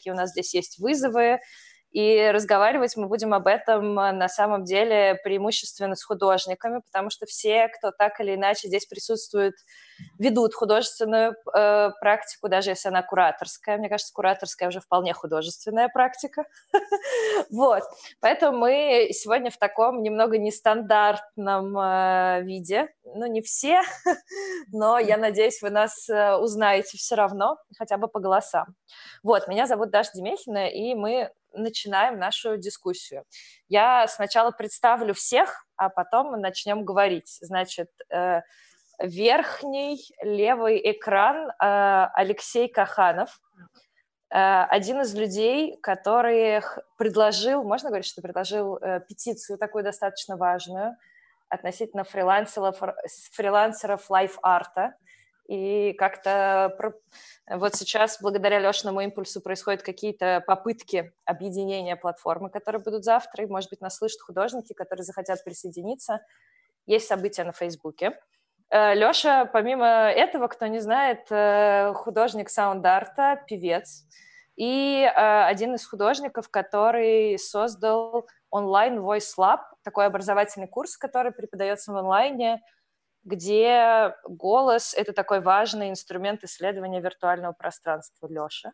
какие у нас здесь есть вызовы. И разговаривать мы будем об этом на самом деле преимущественно с художниками, потому что все, кто так или иначе здесь присутствует, ведут художественную практику, даже если она кураторская. Мне кажется, кураторская уже вполне художественная практика. Вот. Поэтому мы сегодня в таком немного нестандартном виде. Ну, не все, но я надеюсь, вы нас узнаете все равно, хотя бы по голосам. Вот, меня зовут Даша Демехина, и мы начинаем нашу дискуссию. Я сначала представлю всех, а потом мы начнем говорить. Значит, верхний левый экран Алексей Каханов, один из людей, который предложил, можно говорить, что предложил петицию такую достаточно важную относительно фрилансеров лайф-арта. И как-то вот сейчас, благодаря Лешиному импульсу, происходят какие-то попытки объединения платформы, которые будут завтра, и, может быть, нас слышат художники, которые захотят присоединиться. Есть события на Фейсбуке. Леша, помимо этого, кто не знает, художник саунд-арта, певец, и один из художников, который создал онлайн Voice Lab, такой образовательный курс, который преподается в онлайне, где голос — это такой важный инструмент исследования виртуального пространства. Леша?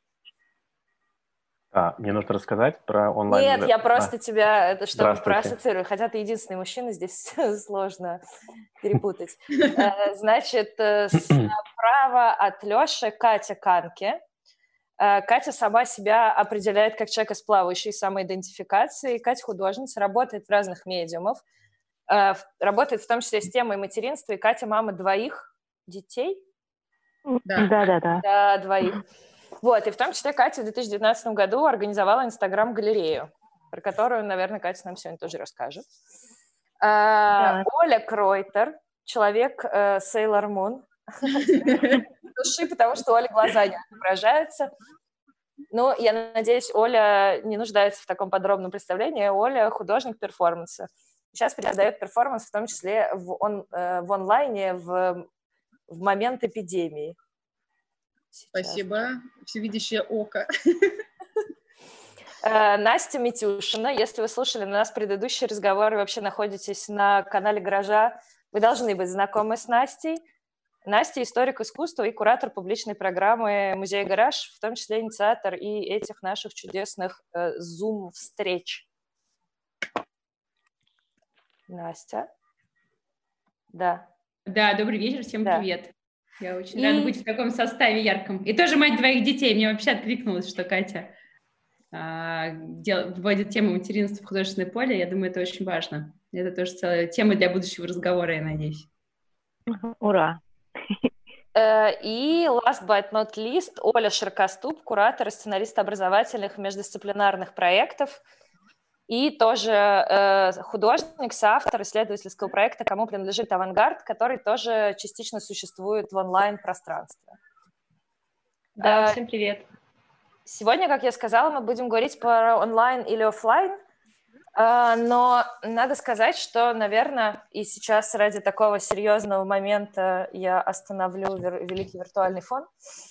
Мне нужно рассказать про онлайн... Нет, я просто тебя, чтобы проассоциировать, хотя ты единственный мужчина, здесь сложно перепутать. Значит, справа от Леши Катя Канке. Катя сама себя определяет как человека с плавающей самоидентификацией. Катя художница, работает в разных медиумах, работает в том числе с темой материнства. И Катя мама 2 детей? Да, 2. Вот, и в том числе Катя в 2019 году организовала Инстаграм-галерею, про которую, наверное, Катя нам сегодня тоже расскажет. Оля Кройтер, человек Sailor Moon. Души, потому что Оля глаза не отображаются. Ну, я надеюсь, Оля не нуждается в таком подробном представлении. Оля художник перформанса. Сейчас преподает перформанс, в том числе в онлайне в момент эпидемии. Сейчас. Спасибо. Всевидящее око. Настя Митюшина. Если вы слушали на нас предыдущий разговор и вообще находитесь на канале «Гаража», вы должны быть знакомы с Настей. Настя – историк искусства и куратор публичной программы «Музей Гараж», в том числе инициатор и этих наших чудесных Zoom-встреч. Настя? Да. Да, добрый вечер, всем привет. Я очень рада быть в таком составе ярком. И тоже мать 2 детей. Мне вообще откликнулось, что Катя вводит тему материнства в художественное поле. Я думаю, это очень важно. Это тоже целая тема для будущего разговора, я надеюсь. Ура! И last but not least, Оля Ширкоступ, куратор и сценарист образовательных междисциплинарных проектов. И тоже художник, соавтор исследовательского проекта «Кому принадлежит авангард», который тоже частично существует в онлайн-пространстве. Да, всем привет. Сегодня, как я сказала, мы будем говорить про онлайн или офлайн, но надо сказать, что, наверное, и сейчас ради такого серьезного момента я остановлю великий виртуальный фон.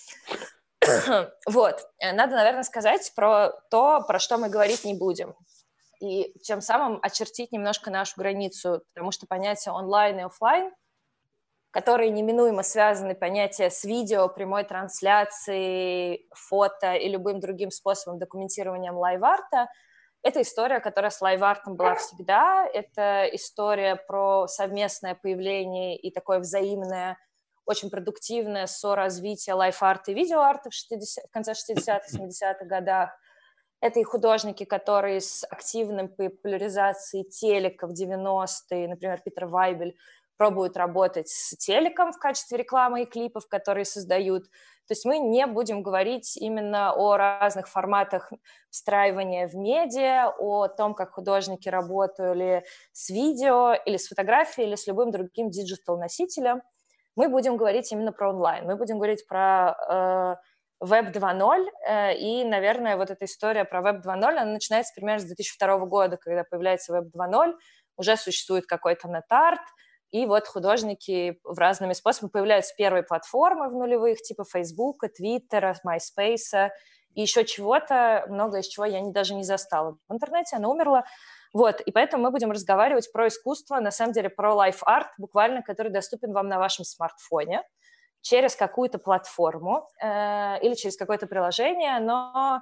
Вот, надо, наверное, сказать про то, про что мы говорить не будем. И тем самым очертить немножко нашу границу, потому что понятия онлайн и офлайн, которые неминуемо связаны, понятия с видео, прямой трансляцией, фото и любым другим способом документирования лайв-арта, это история, которая с лайв-артом была всегда, это история про совместное появление и такое взаимное, очень продуктивное соразвитие лайф-арта и видео-арта в конце 60-х, 70-х годах. Это и художники, которые с активной популяризацией телека в 90-е, например, Питер Вайбель, пробуют работать с телеком в качестве рекламы и клипов, которые создают. То есть мы не будем говорить именно о разных форматах встраивания в медиа, о том, как художники работали с видео или с фотографией, или с любым другим диджитал-носителем. Мы будем говорить именно про онлайн. Мы будем говорить про Web 2.0, и, наверное, вот эта история про Web 2.0, она начинается примерно с 2002 года, когда появляется Web 2.0, уже существует какой-то NetArt, и вот художники в разными способами появляются первые платформы в нулевых, типа Facebook, Twitter, MySpace, и еще чего-то, многое из чего я даже не застала в интернете, оно умерло. Вот, и поэтому мы будем разговаривать про искусство, на самом деле про лайф-арт, буквально, который доступен вам на вашем смартфоне через какую-то платформу или через какое-то приложение, но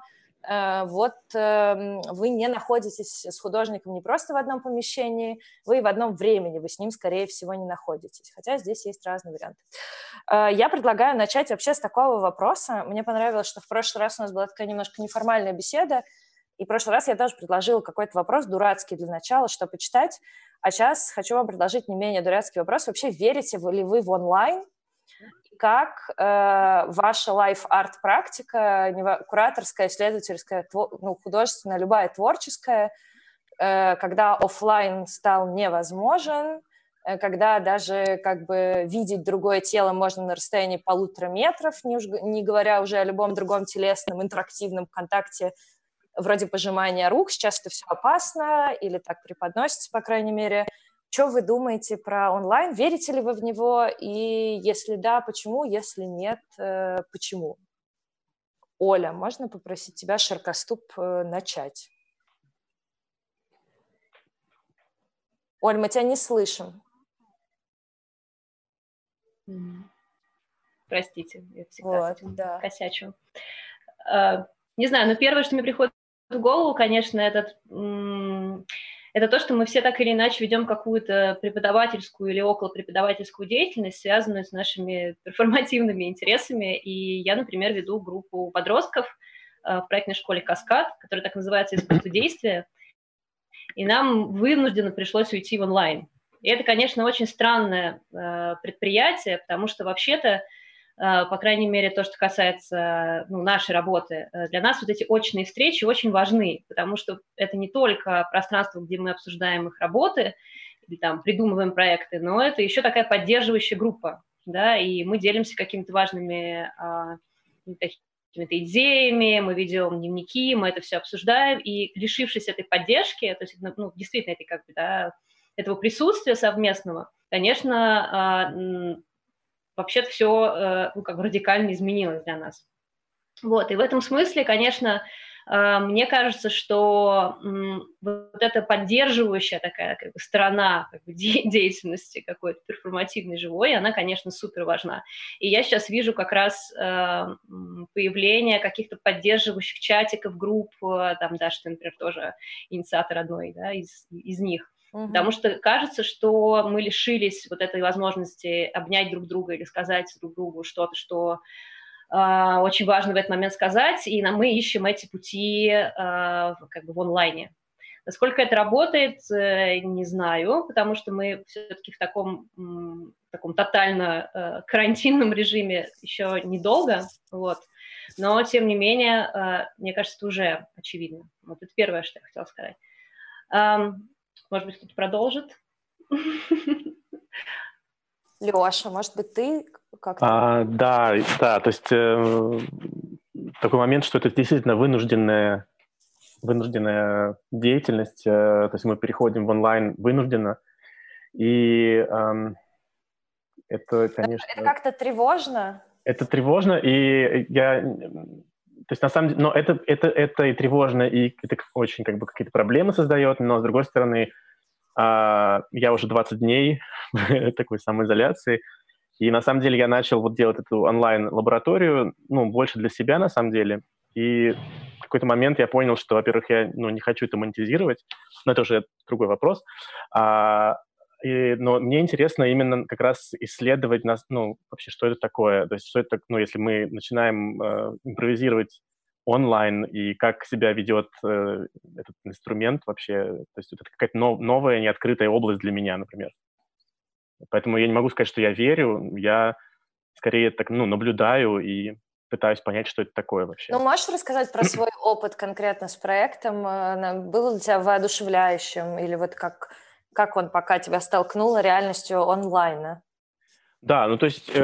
вы не находитесь с художником не просто в одном помещении, вы в одном времени, вы с ним, скорее всего, не находитесь, хотя здесь есть разные варианты. Я предлагаю начать вообще с такого вопроса. Мне понравилось, что в прошлый раз у нас была такая немножко неформальная беседа, и в прошлый раз я тоже предложила какой-то вопрос дурацкий для начала, что почитать, а сейчас хочу вам предложить не менее дурацкий вопрос. Вообще, верите ли вы в онлайн? Как ваша лайф-арт-практика, кураторская, исследовательская, художественная, любая творческая, когда офлайн стал невозможен, когда даже видеть другое тело можно на расстоянии 1,5 метра, не говоря уже о любом другом телесном интерактивном контакте, вроде пожимания рук, сейчас это все опасно, или так преподносится, по крайней мере. Что вы думаете про онлайн? Верите ли вы в него? И если да, почему? Если нет, почему? Оля, можно попросить тебя, широкоступ, начать? Оль, мы тебя не слышим. Простите, я всегда с этим косячу. Не знаю, но первое, что мне приходит в голову, конечно, это то, что мы все так или иначе ведем какую-то преподавательскую или околопреподавательскую деятельность, связанную с нашими перформативными интересами. И я, например, веду группу подростков в проектной школе «Каскад», которая так называется «Искусство действия». И нам вынужденно пришлось уйти в онлайн. И это, конечно, очень странное предприятие, потому что вообще-то, по крайней мере, то, что касается нашей работы, для нас вот эти очные встречи очень важны, потому что это не только пространство, где мы обсуждаем их работы или там придумываем проекты, но это еще такая поддерживающая группа, да, и мы делимся какими-то важными какими-то идеями, мы ведем дневники, мы это все обсуждаем, и лишившись этой поддержки, то есть, действительно, этого присутствия совместного, конечно, вообще-то все радикально изменилось для нас. Вот, и в этом смысле, конечно, мне кажется, что вот эта поддерживающая такая сторона деятельности какой-то перформативной, живой, она, конечно, супер важна. И я сейчас вижу как раз появление каких-то поддерживающих чатиков, групп, там Даша, например, тоже инициатор одной, да, из них. Потому что кажется, что мы лишились вот этой возможности обнять друг друга или сказать друг другу что-то, что очень важно в этот момент сказать, и мы ищем эти пути в онлайне. Насколько это работает, не знаю, потому что мы все-таки в таком тотально карантинном режиме еще недолго, вот. Но, тем не менее, мне кажется, это уже очевидно. Вот это первое, что я хотела сказать. Может быть, кто-то продолжит? Леша, может быть, ты как-то... Да, то есть такой момент, что это действительно вынужденная деятельность, то есть мы переходим в онлайн вынужденно, и это, конечно... Это как-то тревожно? Это тревожно, и то есть, на самом деле, но это и тревожно, и это очень какие-то проблемы создает, но, с другой стороны, я уже 20 дней в такой самоизоляции, и на самом деле я начал делать эту онлайн-лабораторию, больше для себя, на самом деле, и в какой-то момент я понял, что, во-первых, я не хочу это монетизировать, но это уже другой вопрос, но мне интересно именно как раз исследовать вообще, что это такое, то есть что это, если мы начинаем импровизировать онлайн и как себя ведет этот инструмент вообще, то есть это какая-то новая, неоткрытая область для меня, например. Поэтому я не могу сказать, что я верю, я скорее так, наблюдаю и пытаюсь понять, что это такое вообще. Можешь рассказать про свой опыт конкретно с проектом? Было для тебя воодушевляющим или как он пока тебя столкнул с реальностью онлайна? Да, то есть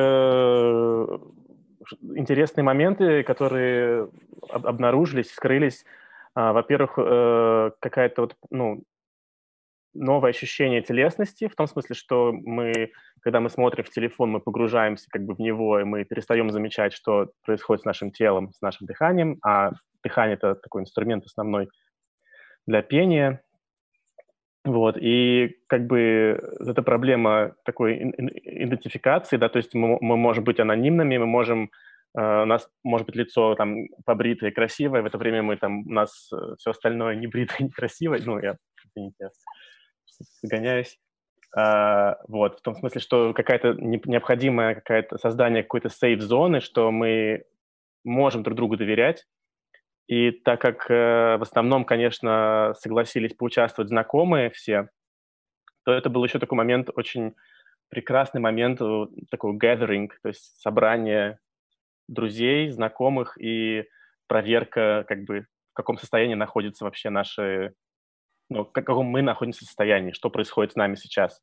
интересные моменты, которые обнаружились, скрылись. Во-первых, какая-то новое ощущение телесности, в том смысле, что когда мы смотрим в телефон, мы погружаемся как бы в него, и мы перестаем замечать, что происходит с нашим телом, с нашим дыханием, а дыхание – это такой инструмент основной для пения. Вот, и как бы эта проблема такой идентификации, да, то есть мы можем быть анонимными, у нас может быть лицо там побритое, красивое, в это время у нас все остальное не бритое, некрасивое, извините, я загоняюсь. Вот, в том смысле, что какая-то необходимое создание какой-то сейф-зоны, что мы можем друг другу доверять. И так как в основном, конечно, согласились поучаствовать знакомые все, то это был еще такой момент, очень прекрасный момент, такой gathering, то есть собрание друзей, знакомых и проверка, как бы, в каком состоянии находятся вообще в каком мы находимся состоянии, что происходит с нами сейчас.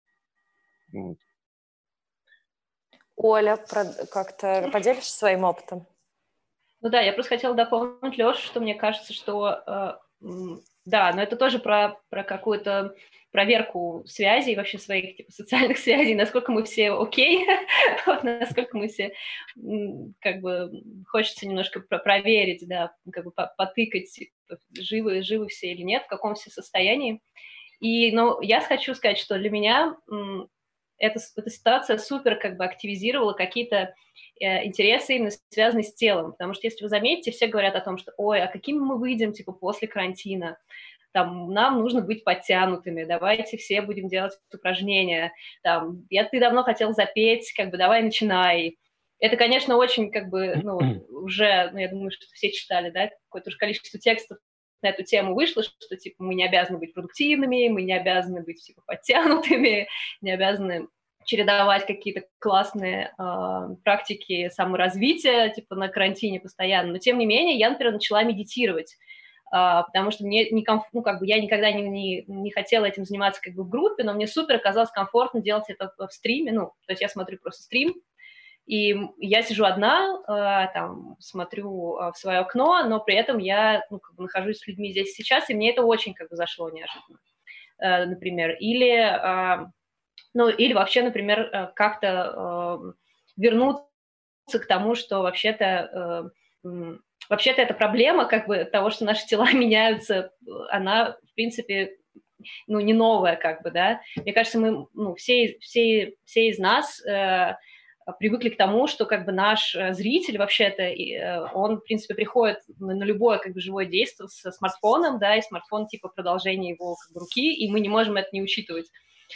Оля, как-то поделишься своим опытом? Ну да, я просто хотела дополнить Лешу, что мне кажется, что да, но это тоже про какую-то проверку связей, вообще своих типа социальных связей, насколько мы все окей, насколько мы все как бы хочется немножко проверить, да, как бы потыкать, типа, живы все или нет, в каком все состоянии. И, я хочу сказать, что для меня эта ситуация супер как бы активизировала какие-то интересы именно связанные с телом, потому что, если вы заметите, все говорят о том, что, ой, а какими мы выйдем, типа, после карантина, там, нам нужно быть подтянутыми, давайте все будем делать упражнения, там, ты давно хотел запеть, как бы, давай начинай. Это, конечно, очень, как бы, уже, я думаю, что все читали, да, какое-то уже количество текстов на эту тему вышло, что, типа, мы не обязаны быть продуктивными, мы не обязаны быть, типа, подтянутыми, не обязаны чередовать какие-то классные практики саморазвития, типа, на карантине постоянно. Но, тем не менее, я, например, начала медитировать, потому что мне я никогда не хотела этим заниматься как бы в группе, но мне супер оказалось комфортно делать это в стриме, то есть я смотрю просто стрим, и я сижу одна, там, смотрю в свое окно, но при этом я нахожусь с людьми здесь и сейчас, и мне это очень как бы зашло неожиданно, например. Или вообще, например, как-то вернуться к тому, что вообще-то эта проблема как бы того, что наши тела меняются, она, в принципе, не новая, как бы, да. Мне кажется, мы, все из нас привыкли к тому, что как бы наш зритель вообще-то, он, в принципе, приходит на любое как бы живое действие со смартфоном, да, и смартфон типа продолжение его как бы руки, и мы не можем это не учитывать.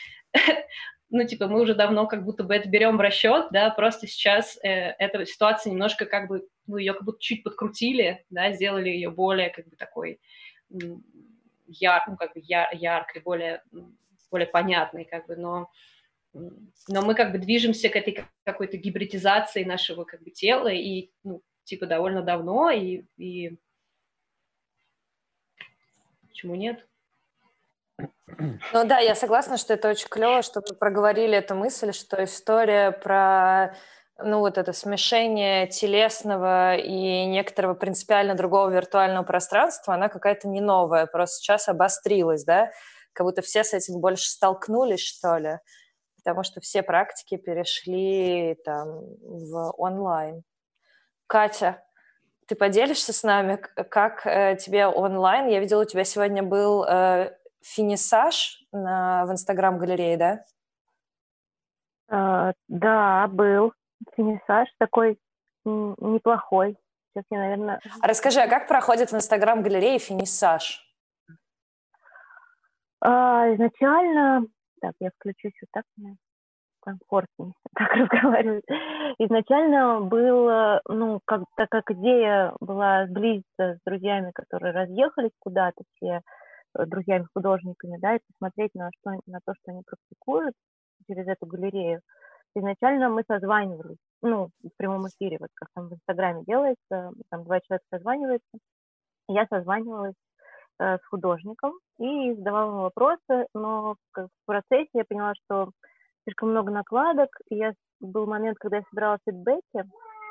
Мы уже давно как будто бы это берем в расчет, да, просто сейчас эта ситуация немножко как бы, ее как будто чуть подкрутили, да, сделали ее более как бы такой яркой, более понятной, как бы, но мы как бы движемся к этой какой-то гибридизации нашего как бы тела, и, довольно давно, и почему нет? Да, я согласна, что это очень клево, что мы проговорили эту мысль, что история про это смешение телесного и некоторого принципиально другого виртуального пространства, она какая-то не новая, просто сейчас обострилась, да, как будто все с этим больше столкнулись, что ли, потому что все практики перешли там в онлайн. Катя, ты поделишься с нами, как тебе онлайн? Я видела, у тебя сегодня был финисаж в Инстаграм-галерее, да? Да, был финисаж такой неплохой. Сейчас я, наверное... Расскажи, а как проходит в Инстаграм-галерее финисаж? Изначально... Так, я включусь вот так, мне комфортнее так разговаривать. Изначально было, так как идея была сблизиться с друзьями, которые разъехались куда-то, все друзьями-художниками, да, и посмотреть на то, что они практикуют через эту галерею. Изначально мы созванивались, в прямом эфире, вот как там в Инстаграме делается, там 2 человека созваниваются. Я созванивалась с художником и задавала ему вопросы, но в процессе я поняла, что слишком много накладок, и был момент, когда я собирала фидбэки,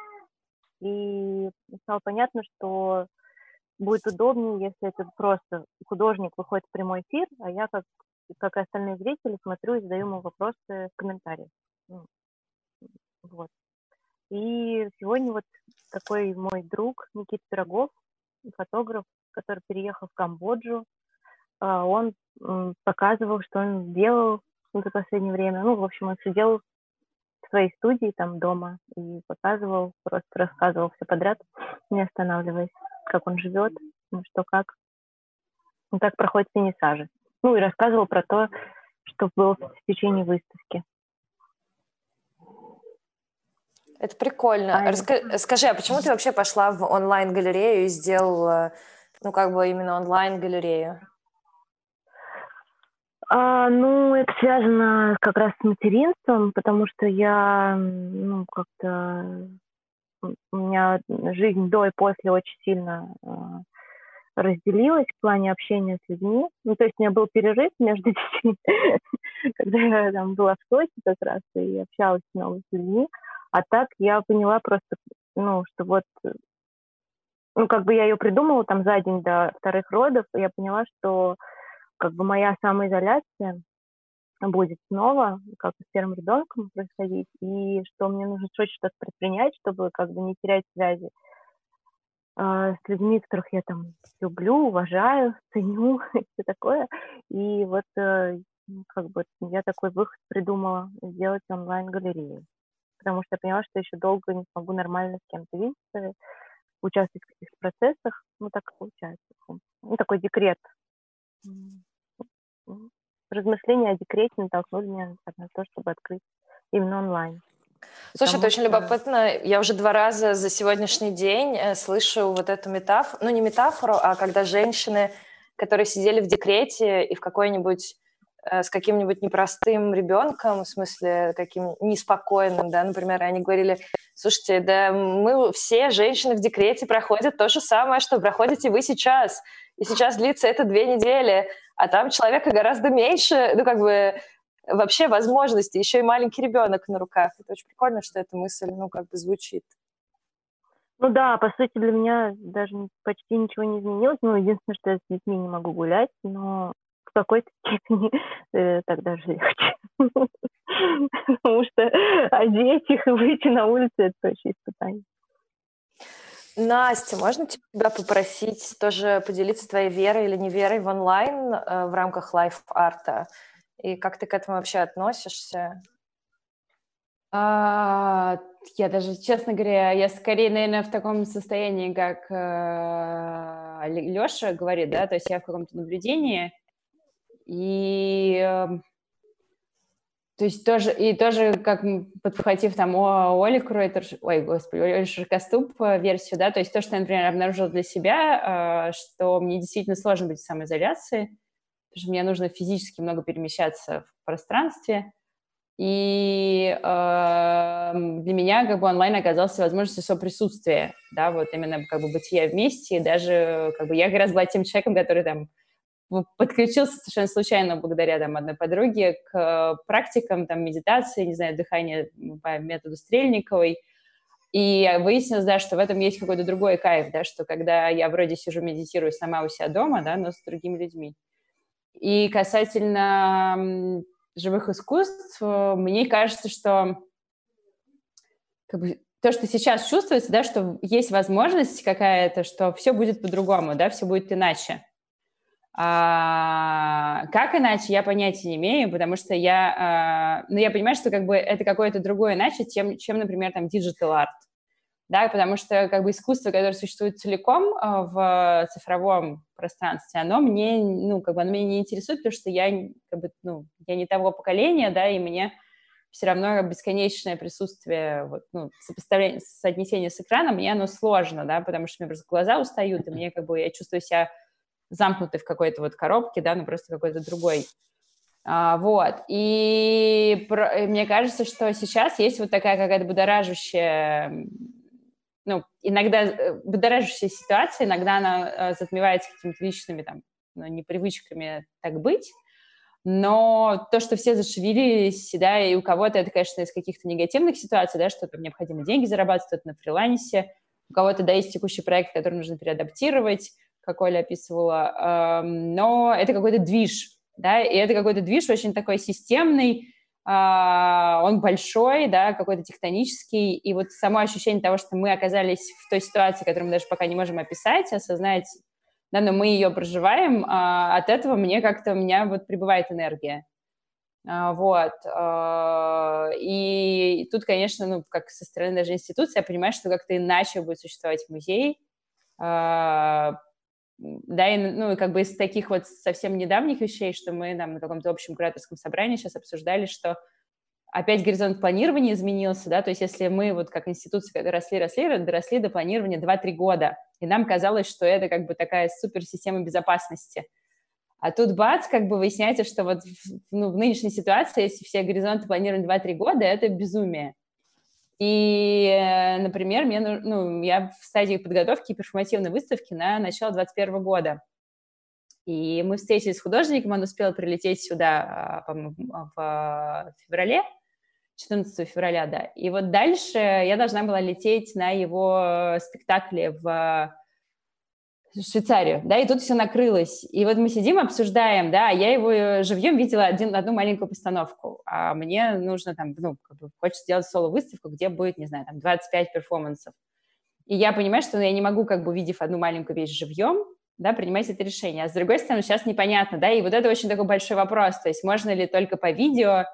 и стало понятно, что будет удобнее, если это просто художник выходит в прямой эфир, а я как как и остальные зрители, смотрю и задаю ему вопросы в комментариях. Ну, вот. И сегодня вот такой мой друг Никита Пирогов, фотограф, который переехал в Камбоджу, он показывал, что он делал за последнее время. Ну, в общем, он сидел в своей студии там дома и показывал, просто рассказывал все подряд, не останавливаясь, как он живет, ну, что как. Он так проходит финишажи. Ну, и рассказывал про то, что было в течение выставки. Это прикольно. Скажи, а почему ты вообще пошла в онлайн-галерею и сделала, ну, как бы именно онлайн-галерею? Ну, это связано как раз с материнством, потому что я, ну, как-то... У меня жизнь до и после очень сильно разделилась в плане общения с людьми. Ну, то есть у меня был перерыв между детьми, когда я там была в Сочи как раз и общалась снова с людьми. А так я поняла просто, ну, что вот... Ну, как бы я ее придумала там за день до вторых родов, и я поняла, что как бы моя самоизоляция будет снова, как и с первым ребенком, происходить, и что мне нужно срочно что-то предпринять, чтобы как бы не терять связи с людьми, которых я там люблю, уважаю, ценю и все такое. И вот как бы я такой выход придумала сделать онлайн-галерею, потому что я поняла, что еще долго не смогу нормально с кем-то видеться, участвовать в каких-то процессах, ну так и получается. Ну такой декрет. Размышления о декрете натолкнули меня на то, чтобы открыть именно онлайн. Слушай, это очень любопытно. Я уже 2 раза за сегодняшний день слышу вот эту метафору, ну не метафору, а когда женщины, которые сидели в декрете и в какой-нибудь с каким-нибудь непростым ребенком, в смысле каким неспокойным, да, например, они говорили: слушайте, да мы все женщины в декрете проходят то же самое, что проходите вы сейчас, и сейчас длится это 2 недели, а там человека гораздо меньше, ну как бы вообще возможности, еще и маленький ребенок на руках. Это очень прикольно, что эта мысль, ну как бы звучит. Ну да, по сути для меня даже почти ничего не изменилось, ну единственное, что я с детьми не могу гулять, но в какой-то степени так даже легче. Потому что одеть их и выйти на улицу – это вообще испытание. Настя, можно тебя попросить тоже поделиться твоей верой или неверой в онлайн в рамках лайф-арта? И как ты к этому вообще относишься? Я даже, честно говоря, я скорее, наверное, в таком состоянии, как Лёша говорит, да, то есть я в каком-то наблюдении, и то есть тоже как подхватив там Оли Кройтер, Оли Ширкоступ версию, да, то есть то, что я, например, обнаружила для себя, что мне действительно сложно быть в самоизоляции, потому что мне нужно физически много перемещаться в пространстве, и для меня как бы онлайн оказался возможностью соприсутствия, да, вот именно как бы бытия вместе, и даже как бы я как раз была тем человеком, который там подключился совершенно случайно благодаря там одной подруге к практикам там медитации, не знаю, дыхания по методу Стрельниковой, и выяснилось, да, что в этом есть какой-то другой кайф, да, что когда я вроде сижу, медитирую сама у себя дома, да, но с другими людьми. И касательно живых искусств, мне кажется, что как бы, то, что сейчас чувствуется, да, что есть возможность какая-то, что все будет по-другому, да, все будет иначе. Как иначе, я понятия не имею, потому что я понимаю, что как бы это какое-то другое иначе, чем, например, там, digital art, да, потому что как бы искусство, которое существует целиком в цифровом пространстве, оно мне, ну, как бы, оно меня не интересует, потому что я, как бы, ну, я не того поколения, да, и мне все равно бесконечное присутствие, вот, ну, соотнесение с экраном, мне оно сложно, да, потому что мне просто глаза устают, и мне, как бы, я чувствую себя замкнутой в какой-то вот коробке, да, ну, просто какой-то другой. Вот. И мне кажется, что сейчас есть вот такая какая-то будоражащая, ну, иногда будоражащая ситуация, иногда она затмевается какими-то личными там, ну, непривычками так быть, но то, что все зашевелились, да, и у кого-то это, конечно, из каких-то негативных ситуаций, да, что там необходимо деньги зарабатывать, кто-то на фрилансе, у кого-то, да, есть текущий проект, который нужно переадаптировать, как Оля описывала, но это какой-то движ, да, и это какой-то движ очень такой системный, он большой, да, какой-то тектонический, и вот само ощущение того, что мы оказались в той ситуации, которую мы даже пока не можем описать, осознать, да, но мы ее проживаем, от этого у меня вот прибывает энергия. Вот. И тут, конечно, ну, как со стороны даже институции, я понимаю, что как-то иначе будет существовать музей. Да, и, ну, как бы из таких вот совсем недавних вещей, что мы там на каком-то общем кураторском собрании сейчас обсуждали, что опять горизонт планирования изменился, да, то есть если мы вот как институция, когда доросли до планирования 2-3 года, и нам казалось, что это как бы такая суперсистема безопасности. А тут бац, как бы выясняется, что вот в нынешней ситуации, если все горизонты планированы 2-3 года, это безумие. И, например, я в стадии подготовки перформативной выставки на начало 2021 года. И мы встретились с художником, он успел прилететь сюда в феврале, 14 февраля, да. И вот дальше я должна была лететь на его спектакле в Швейцарию, да, и тут все накрылось. И вот мы сидим, обсуждаем, да, я его живьем видела одну маленькую постановку, а мне нужно там, ну, как бы хочется сделать соло-выставку, где будет, не знаю, там 25 перформансов. И я понимаю, что я не могу, как бы, увидев одну маленькую вещь живьем, да, принимать это решение. А с другой стороны, сейчас непонятно, да, и вот это очень такой большой вопрос, то есть можно ли только по видео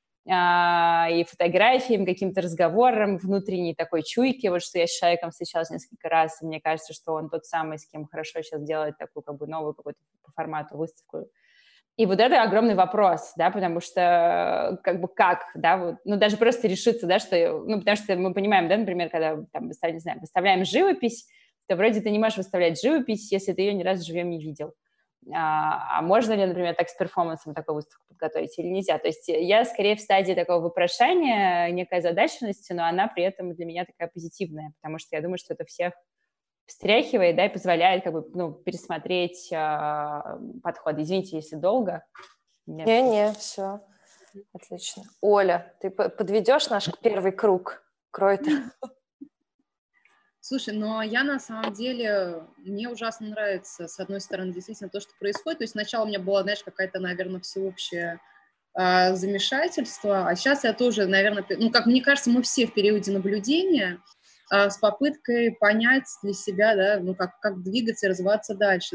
и фотографиям, каким-то разговорам, внутренней такой чуйки, вот что я с человеком встречалась несколько раз, и мне кажется, что он тот самый, с кем хорошо сейчас делать такую как бы новую какую-то по формату выставку. И вот это огромный вопрос, да, потому что как бы как, да, вот, ну даже просто решиться, да, что, ну потому что мы понимаем, да, например, когда там, не знаю, выставляем живопись, то вроде ты не можешь выставлять живопись, если ты ее ни разу живьем не видел. А можно ли, например, так с перформансом такую выставку подготовить или нельзя? То есть я скорее в стадии такого вопрошания, некой озадаченности, но она при этом для меня такая позитивная, потому что я думаю, что это всех встряхивает, да, и позволяет как бы, ну, пересмотреть подходы. Извините, если долго. Не, все. Отлично. Оля, ты подведешь наш первый круг Кройтер? Слушай, но я на самом деле, мне ужасно нравится, с одной стороны, действительно то, что происходит. То есть сначала у меня была, знаешь, какая-то, наверное, всеобщее замешательство, а сейчас я тоже, наверное, ну, как мне кажется, мы все в периоде наблюдения с попыткой понять для себя, да, ну, как двигаться и развиваться дальше.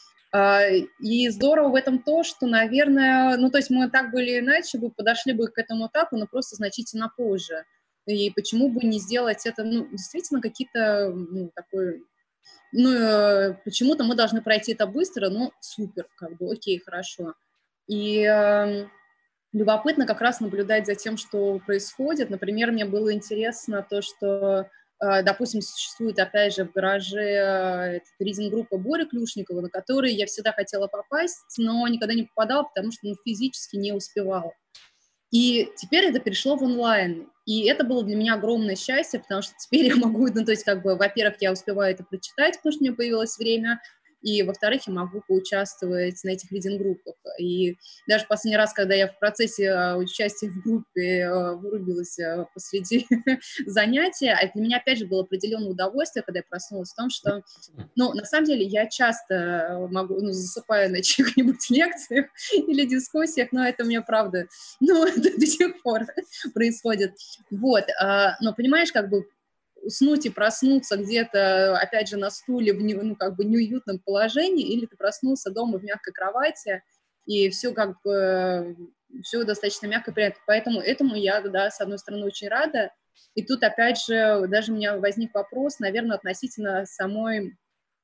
И здорово в этом то, что, наверное, ну, то есть мы так бы или иначе бы подошли бы к этому этапу, но просто значительно позже. И почему бы не сделать это, ну, действительно, какие-то, ну, такой, ну, почему-то мы должны пройти это быстро, ну, супер, как бы, окей, хорошо. И любопытно как раз наблюдать за тем, что происходит. Например, мне было интересно то, что, допустим, существует, опять же, в гараже ридинг-группа Бори Клюшникова, на которой я всегда хотела попасть, но никогда не попадала, потому что, ну, физически не успевала. И теперь это перешло в онлайн. И это было для меня огромное счастье, потому что теперь я могу, ну, то есть, как бы, во-первых, я успеваю это прочитать, потому что у меня появилось время, и, во-вторых, я могу поучаствовать на этих ридинг-группах. И даже последний раз, когда я в процессе участия в группе вырубилась посреди занятия, это для меня, опять же, было определенное удовольствие, когда я проснулась в том, что, ну, на самом деле, я часто могу, ну, засыпаю на чьих-нибудь лекциях или дискуссиях, но это мне, правда, ну, это до сих пор происходит. Вот, но, понимаешь, как бы, уснуть и проснуться где-то, опять же, на стуле в ну, как бы неуютном положении, или ты проснулся дома в мягкой кровати, и все как бы, все достаточно мягко принято. Поэтому этому я, да, с одной стороны, очень рада. И тут, опять же, даже у меня возник вопрос, наверное, относительно самой...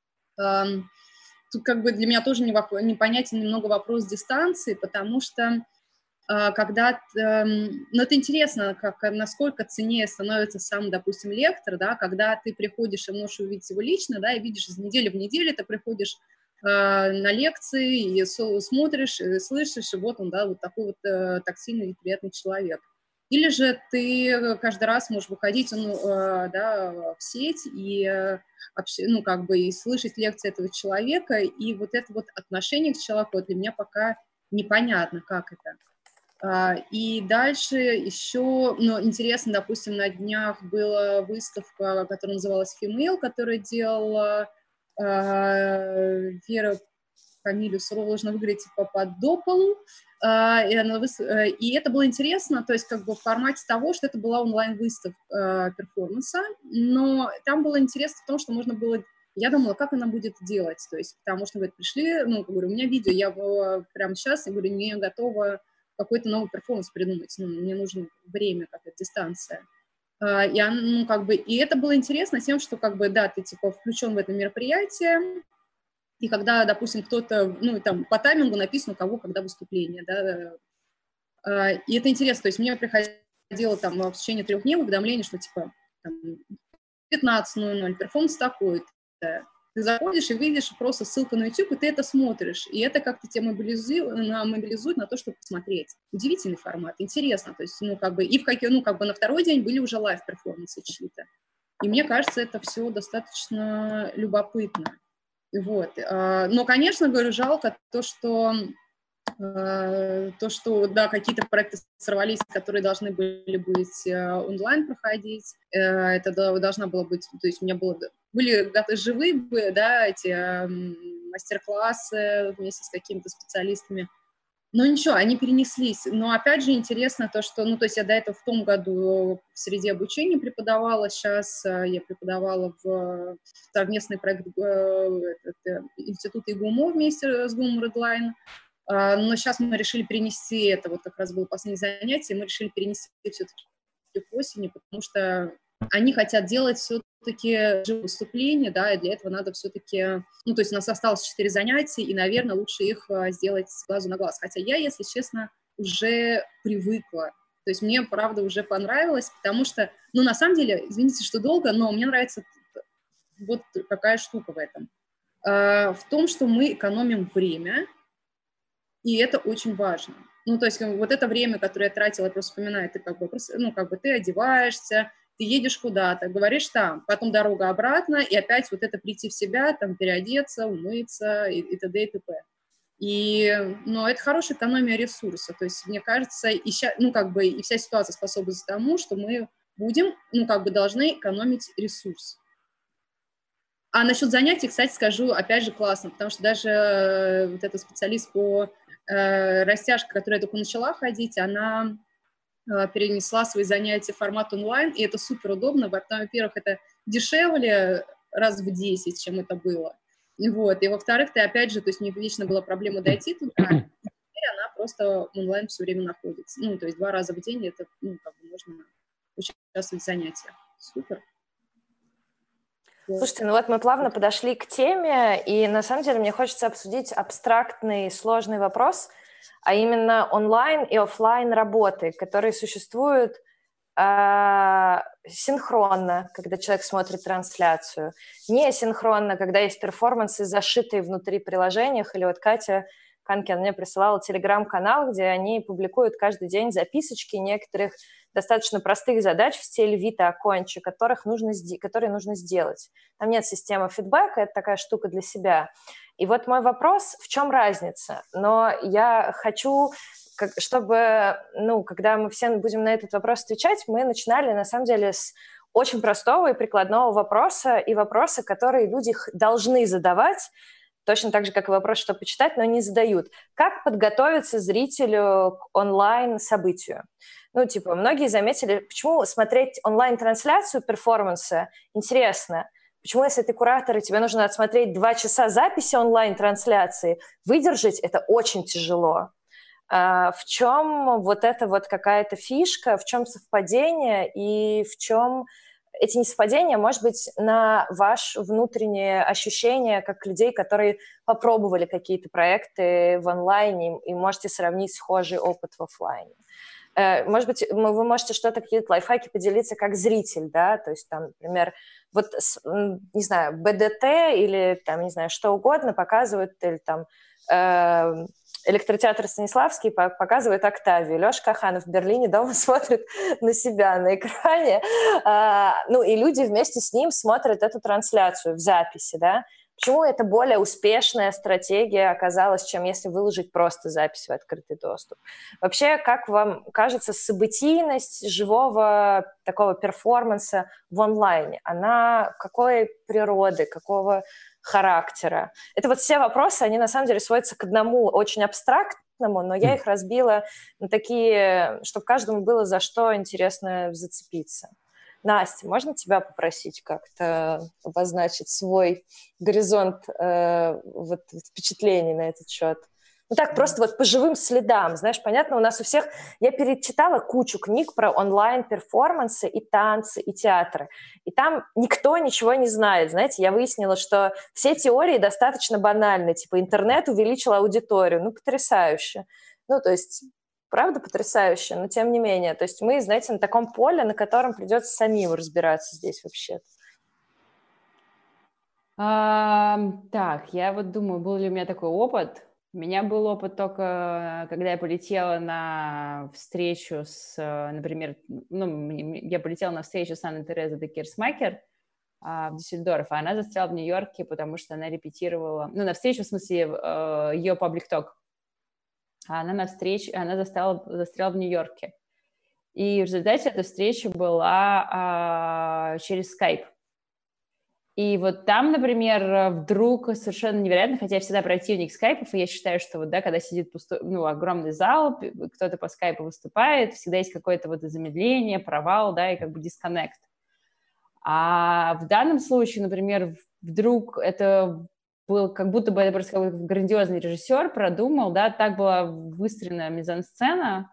Тут как бы для меня тоже непонятен немного вопрос дистанции, потому что когда, ну, это интересно, насколько ценнее становится сам, допустим, лектор, да, когда ты приходишь и можешь увидеть его лично, да, и видишь из недели в неделю, ты приходишь на лекции и смотришь, и слышишь, и вот он, да, вот такой вот тактильный и приятный человек. Или же ты каждый раз можешь выходить, ну, да, в сеть и, ну, как бы, и слышать лекции этого человека, и вот это вот отношение к человеку для меня пока непонятно, как это. И дальше еще, ну, интересно, допустим, на днях была выставка, которая называлась «Female», которую делала Вера фамилию сложно выговорить, Пападополу, и это было интересно, то есть как бы в формате того, что это была онлайн-выставка перформанса, но там было интересно в том, что можно было... Я думала, как она будет делать, то есть, потому что, говорит, пришли, ну, говорю, у меня видео, я прямо сейчас, я говорю, не готова какой-то новый перформанс придумать, ну, мне нужно время, какая-то дистанция. Ну, как бы, и это было интересно тем, что, как бы, да, ты, типа, включен в это мероприятие, и когда, допустим, кто-то, ну, там, по таймингу написано, у кого, когда выступление, да, и это интересно, то есть мне приходило, там, в течение 3 дней уведомление, что, типа, там, 15:00, перформанс такой-то. Ты заходишь и видишь просто ссылку на YouTube, и ты это смотришь. И это как-то тебя мобилизует на то, чтобы посмотреть. Удивительный формат, интересно. То есть, ну, как бы, и ну, как бы на второй день были уже лайв-перформансы чьи-то. И мне кажется, это все достаточно любопытно. Вот. Но, конечно, говорю, жалко то, что да, какие-то проекты сорвались, которые должны были быть онлайн проходить. Это должна была быть, то есть у меня были живые, да, эти мастер-классы вместе с какими-то специалистами. Но ничего, они перенеслись. Но опять же интересно то, что, ну, то есть я до этого в том году в среде обучения преподавала, сейчас я преподавала в совместный проект Института ИГУМО вместе с ГУМ Redline. Но сейчас мы решили перенести это, вот как раз было последнее занятие, мы решили перенести все-таки к осени, потому что они хотят делать все-таки живые выступления, да, и для этого надо все-таки, ну, то есть у нас осталось 4 занятия, и, наверное, лучше их сделать с глазу на глаз. Хотя я, если честно, уже привыкла. То есть мне, правда, уже понравилось, потому что, ну, на самом деле, извините, что долго, но мне нравится вот какая штука в этом. В том, что мы экономим время, и это очень важно. Ну, то есть вот это время, которое я тратила, я просто вспоминаю, ты как бы, ну, как бы ты одеваешься, ты едешь куда-то, говоришь там, потом дорога обратно, и опять вот это прийти в себя, там, переодеться, умыться и т.д. и т.п. И, ну, это хорошая экономия ресурса. То есть, мне кажется, ну, как бы, и вся ситуация способствует тому, что мы будем, ну, как бы, должны экономить ресурс. А насчет занятий, кстати, скажу, опять же, классно, потому что даже вот эта специалист по растяжке, которая только начала ходить, она перенесла свои занятия в формат онлайн, и это супер удобно. Во-первых, это дешевле раз в 10, чем это было. Вот. И во-вторых, ты опять же, то есть у нее вечно была проблема дойти туда, и теперь она просто онлайн все время находится. Ну, то есть 2 раза в день это, ну, как бы можно участвовать в занятиях. Супер. Слушайте, ну вот мы плавно подошли к теме, и на самом деле мне хочется обсудить абстрактный, сложный вопрос, а именно онлайн и офлайн работы, которые существуют синхронно, когда человек смотрит трансляцию, не синхронно, когда есть перформансы, зашитые внутри приложениях, или вот Катя Канкин мне присылала телеграм-канал, где они публикуют каждый день записочки некоторых достаточно простых задач в стиле Вита Акончи, которые нужно сделать. Там нет системы фидбэка, это такая штука для себя. И вот мой вопрос, в чем разница? Но я хочу, чтобы, ну, когда мы все будем на этот вопрос отвечать, мы начинали, на самом деле, с очень простого и прикладного вопроса, и вопроса, которые люди должны задавать, точно так же, как и вопрос, что почитать, но не задают. Как подготовиться зрителю к онлайн-событию? Ну, типа, многие заметили, почему смотреть онлайн-трансляцию перформанса интересно. Почему, если ты куратор, и тебе нужно отсмотреть 2 часа записи онлайн-трансляции, выдержать это очень тяжело. В чем вот эта вот какая-то фишка, в чем совпадение и в чем эти несовпадения, может быть, на ваше внутреннее ощущение как людей, которые попробовали какие-то проекты в онлайне и можете сравнить схожий опыт в офлайне. Может быть, вы можете что-то, какие-то лайфхаки поделиться как зритель, да, то есть там, например, вот, не знаю, БДТ или там, не знаю, что угодно показывают, или там электротеатр Станиславский показывает «Октавию». Леша Каханов в Берлине дома смотрит на себя на экране, ну и люди вместе с ним смотрят эту трансляцию в записи, да. Почему это более успешная стратегия оказалась, чем если выложить просто запись в открытый доступ? Вообще, как вам кажется, событийность живого такого перформанса в онлайне, она какой природы, какого характера. Это вот все вопросы, они на самом деле сводятся к одному очень абстрактному, но я их разбила на такие, чтобы каждому было за что интересно зацепиться. Настя, можно тебя попросить как-то обозначить свой горизонт вот, впечатлений на этот счет? Ну так, просто вот по живым следам, знаешь, понятно, у нас у всех... Я перечитала кучу книг про онлайн-перформансы и танцы, и театры, и там никто ничего не знает, знаете, я выяснила, что все теории достаточно банальны, типа интернет увеличил аудиторию, ну, потрясающе. Ну, то есть, правда, потрясающе, но тем не менее, то есть мы, знаете, на таком поле, на котором придется самим разбираться здесь вообще. Так, я вот думаю, был ли у меня такой опыт. У меня был опыт только, когда я полетела на встречу с, например, я полетела на встречу с Анной Терезой де Кирсмакер в Дюссельдорф, а она застряла в Нью-Йорке, потому что она репетировала, на встречу, в смысле, ее паблик ток. А она застряла в Нью-Йорке. И в результате эта встреча была через Skype. И вот там, например, вдруг совершенно невероятно, хотя я всегда противник скайпов, и я считаю, что вот, да, когда сидит пустой, огромный зал, кто-то по скайпу выступает, всегда есть какое-то вот замедление, провал, да, и как бы дисконнект. А в данном случае, например, вдруг это был как будто бы это просто какой-то грандиозный режиссер продумал, да, так была выстроена мизансцена,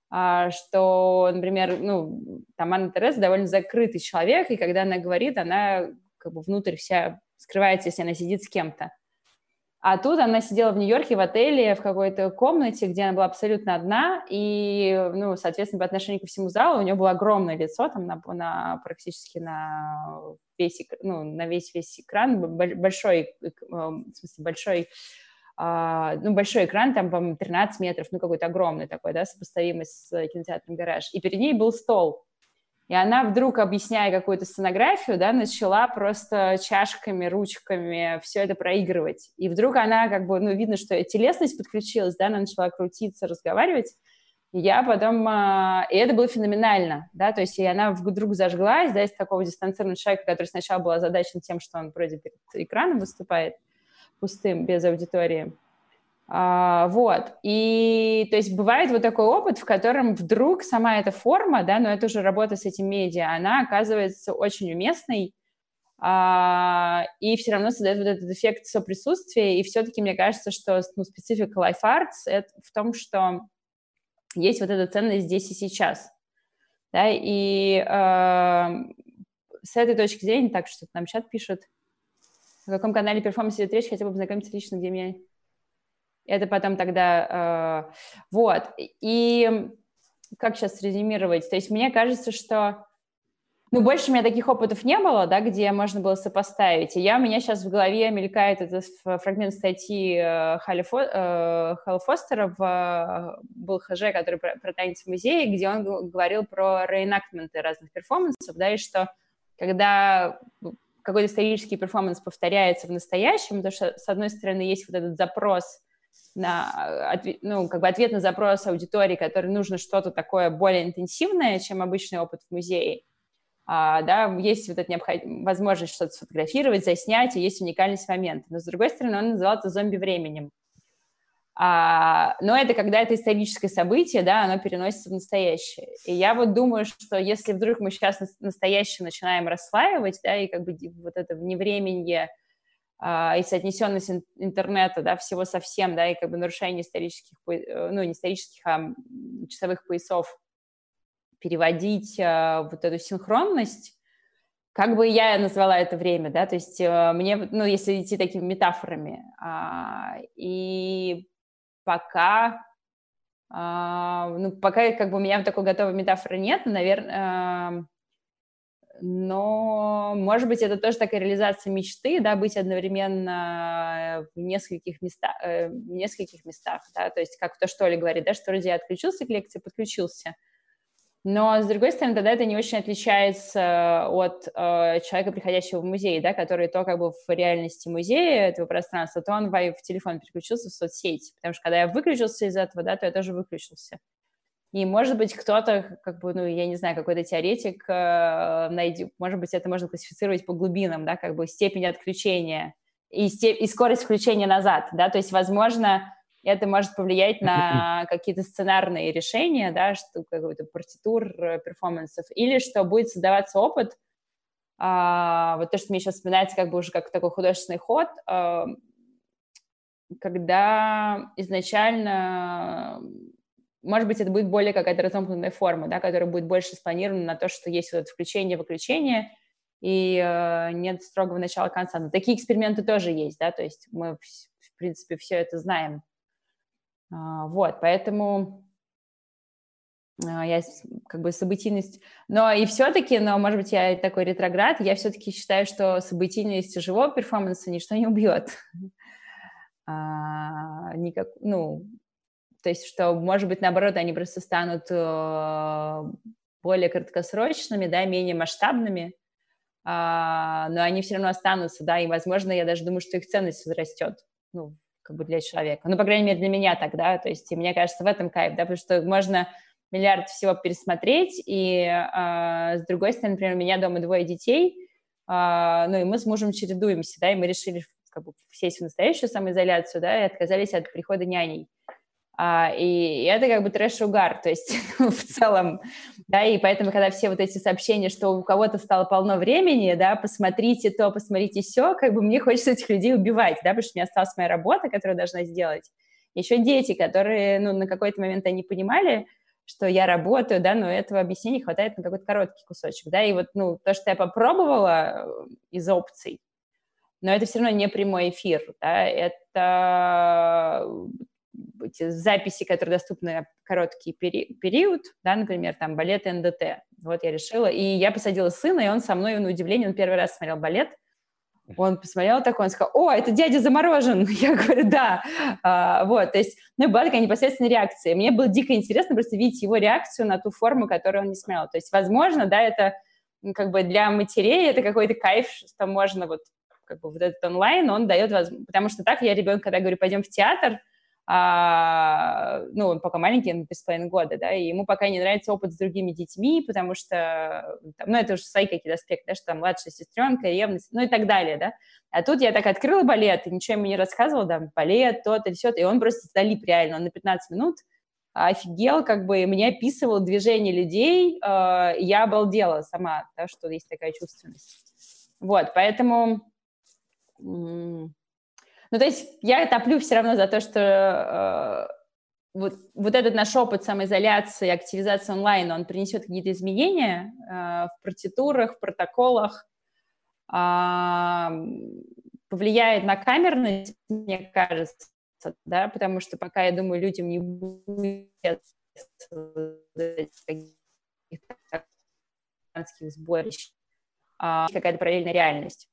что, например, там Анна Тереза довольно закрытый человек, и когда она говорит, она как бы внутрь вся скрывается, если она сидит с кем-то. А тут она сидела в Нью-Йорке в отеле, в какой-то комнате, где она была абсолютно одна, и, соответственно, по отношению ко всему залу у нее было огромное лицо, там практически на весь экран, большой, в смысле, большой экран, там, по-моему, 13 метров, какой-то огромный такой, да, сопоставимый с кинотеатром «Гараж». И перед ней был стол. И она вдруг, объясняя какую-то сценографию, да, начала просто чашками, ручками все это проигрывать. И вдруг она видно, что телесность подключилась, да, она начала крутиться, разговаривать. И я потом... И это было феноменально, да, то есть и она вдруг зажглась, да, из такого дистанцированного человека, который сначала был озадачен тем, что он вроде перед экраном выступает пустым, без аудитории. Вот, и то есть бывает вот такой опыт, в котором вдруг сама эта форма, да, но это уже работа с этим медиа, она оказывается очень уместной, и все равно создает вот этот эффект соприсутствия, и все-таки мне кажется, что специфика Life Arts это в том, что есть вот эта ценность здесь и сейчас, да, и с этой точки зрения, так, что нам чат пишет, на каком канале перформанс идет речь, хотя бы познакомиться лично, где меня... Это потом тогда... вот. И как сейчас резюмировать? То есть мне кажется, что... больше у меня таких опытов не было, да, где можно было сопоставить. И у меня сейчас в голове мелькает этот фрагмент статьи Халла Фостера был ХЖ, который про танец в музее, где он говорил про реэнактменты разных перформансов, да, и что когда какой-то исторический перформанс повторяется в настоящем, потому что, с одной стороны, есть вот этот запрос ответ на запрос аудитории, которой нужно что-то такое более интенсивное, чем обычный опыт в музее. Да, есть вот эта возможность что-то сфотографировать, заснять, и есть уникальность момента. Но, с другой стороны, он называл это зомби-временем. Но это когда это историческое событие, да, оно переносится в настоящее. И я вот думаю, что если вдруг мы сейчас настоящее начинаем расслаивать, да, и как бы вот это вневременье и соотнесенность интернета, да, всего совсем, да, и как бы нарушение исторических, не исторических, а часовых поясов, переводить вот эту синхронность, как бы я назвала это время, да, то есть мне, если идти такими метафорами, и пока как бы у меня такой готовой метафоры нет, наверное, но, может быть, это тоже такая реализация мечты, да, быть одновременно в нескольких местах, да, то есть как то, что Оля говорит, да, что вроде я отключился к лекции, подключился. Но, с другой стороны, тогда это не очень отличается от человека, приходящего в музей, да, который то как бы в реальности музея, этого пространства, то он в телефон переключился в соцсети, потому что когда я выключился из этого, да, то я тоже выключился. И, может быть, кто-то, как бы, я не знаю, какой-то теоретик найдет, может быть, это можно классифицировать по глубинам, да, как бы степень отключения и скорость включения назад, да, то есть, возможно, это может повлиять на какие-то сценарные решения, да, что какой-то партитур, перформансов, или что будет создаваться опыт, вот то, что мне сейчас вспоминается как бы уже как такой художественный ход, когда изначально, может быть, это будет более какая-то разомкнутая форма, да, которая будет больше спланирована на то, что есть вот это включение-выключение, и нет строгого начала-конца. Но такие эксперименты тоже есть, да, то есть мы, в принципе, все это знаем. Вот, поэтому я как бы событийность... Но и все-таки, может быть, я такой ретроград, я все-таки считаю, что событийность живого перформанса ничто не убьет. То есть, что, может быть, наоборот, они просто станут более краткосрочными, да, менее масштабными, но они все равно останутся, да, и, возможно, я даже думаю, что их ценность возрастет, как бы для человека. По крайней мере, для меня тогда, то есть, и мне кажется, в этом кайф, да, потому что можно миллиард всего пересмотреть, и, с другой стороны, например, у меня дома 2 детей, и мы с мужем чередуемся, да, и мы решили как бы сесть в настоящую самоизоляцию, да, и отказались от прихода няней. И это как бы трэш-угар, то есть в целом, да, и поэтому, когда все вот эти сообщения, что у кого-то стало полно времени, да, посмотрите то, посмотрите сё, как бы мне хочется этих людей убивать, да, потому что у меня осталась моя работа, которую я должна сделать. Еще дети, которые, на какой-то момент они понимали, что я работаю, да, но этого объяснения хватает на какой-то короткий кусочек, да, и вот, то, что я попробовала из опций, но это все равно не прямой эфир, да, это эти записи, которые доступны на короткий период, да, например, там, балет НДТ, вот я решила, и я посадила сына, и он со мной, на удивление, он первый раз смотрел балет, он посмотрел такой, он сказал: «О, это дядя Заморожен!» Я говорю: «Да». Вот, то есть, была такая непосредственная реакция. Мне было дико интересно просто видеть его реакцию на ту форму, которую он не смотрел. То есть, возможно, да, это как бы для матерей это какой-то кайф, что можно вот как бы вот этот онлайн, он дает возможность, потому что так я ребенку, когда говорю: «Пойдем в театр», он пока маленький, он 3,5 года, да, и ему пока не нравится опыт с другими детьми, потому что, это уже свои какие-то аспекты, да, что там младшая сестренка, ревность, и так далее, да. А тут я так открыла балет, и ничего ему не рассказывала, да, балет, то-то, и все-то, и он просто залип реально, он на 15 минут офигел, как бы мне описывал движение людей, я обалдела сама, да, что есть такая чувственность. Вот, поэтому... то есть я топлю все равно за то, что вот этот наш опыт самоизоляции, активизации онлайн, он принесет какие-то изменения в партитурах, в протоколах, повлияет на камерность, мне кажется, да, потому что пока, я думаю, людям не будет каких-то сборищ, какая-то параллельная реальность.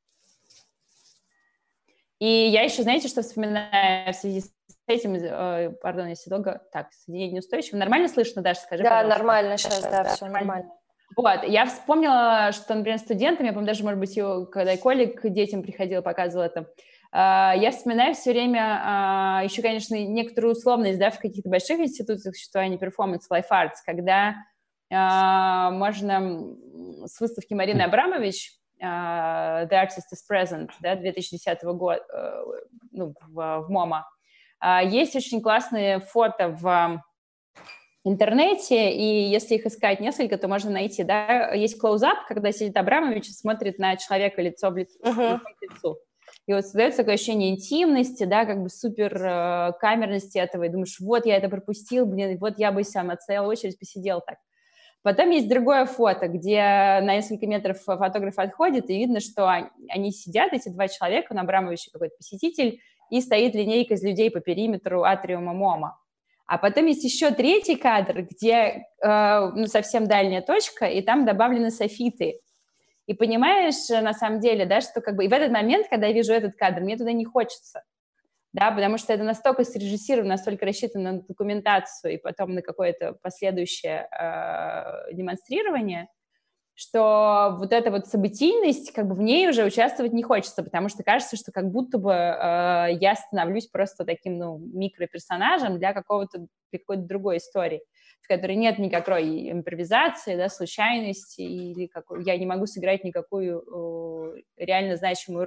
И я еще, знаете, что вспоминаю в связи с этим, пардон, если долго... Так, соединение неустойчиво. Нормально слышно, Даша, скажи, да, пожалуйста. Нормально сейчас, да, все нормально. Вот, я вспомнила, что, например, студентам, я помню, даже, может быть, когда я Коле к детям приходила, показывала это, я вспоминаю все время еще, конечно, некоторую условность, да, в каких-то больших институтах существования перформанс, life arts, когда можно с выставки Марины Абрамович The Artist is Present, да, 2010 года, в МОМА. Есть очень классные фото в интернете, и если их искать несколько, то можно найти, да, есть close-up, когда сидит Абрамович и смотрит на человека лицо в лицо. И вот создается такое ощущение интимности, да, как бы супер камерности этого, и думаешь, вот я это пропустил, блин, вот я бы сам отстоял очередь, посидел так. Потом есть другое фото, где на несколько метров фотограф отходит, и видно, что они сидят, эти 2 человека, на Абрамовиче какой-то посетитель, и стоит линейка из людей по периметру атриума МОМА. А потом есть еще 3-й кадр, где совсем дальняя точка, и там добавлены софиты. И понимаешь, на самом деле, да, что как бы и в этот момент, когда я вижу этот кадр, мне туда не хочется. Да, потому что это настолько срежиссировано, настолько рассчитано на документацию и потом на какое-то последующее демонстрирование, что вот эта вот событийность, как бы в ней уже участвовать не хочется, потому что кажется, что как будто бы я становлюсь просто таким, микроперсонажем для какой-то другой истории, в которой нет никакой импровизации, да, случайности, или я не могу сыграть никакую реально значимую роль.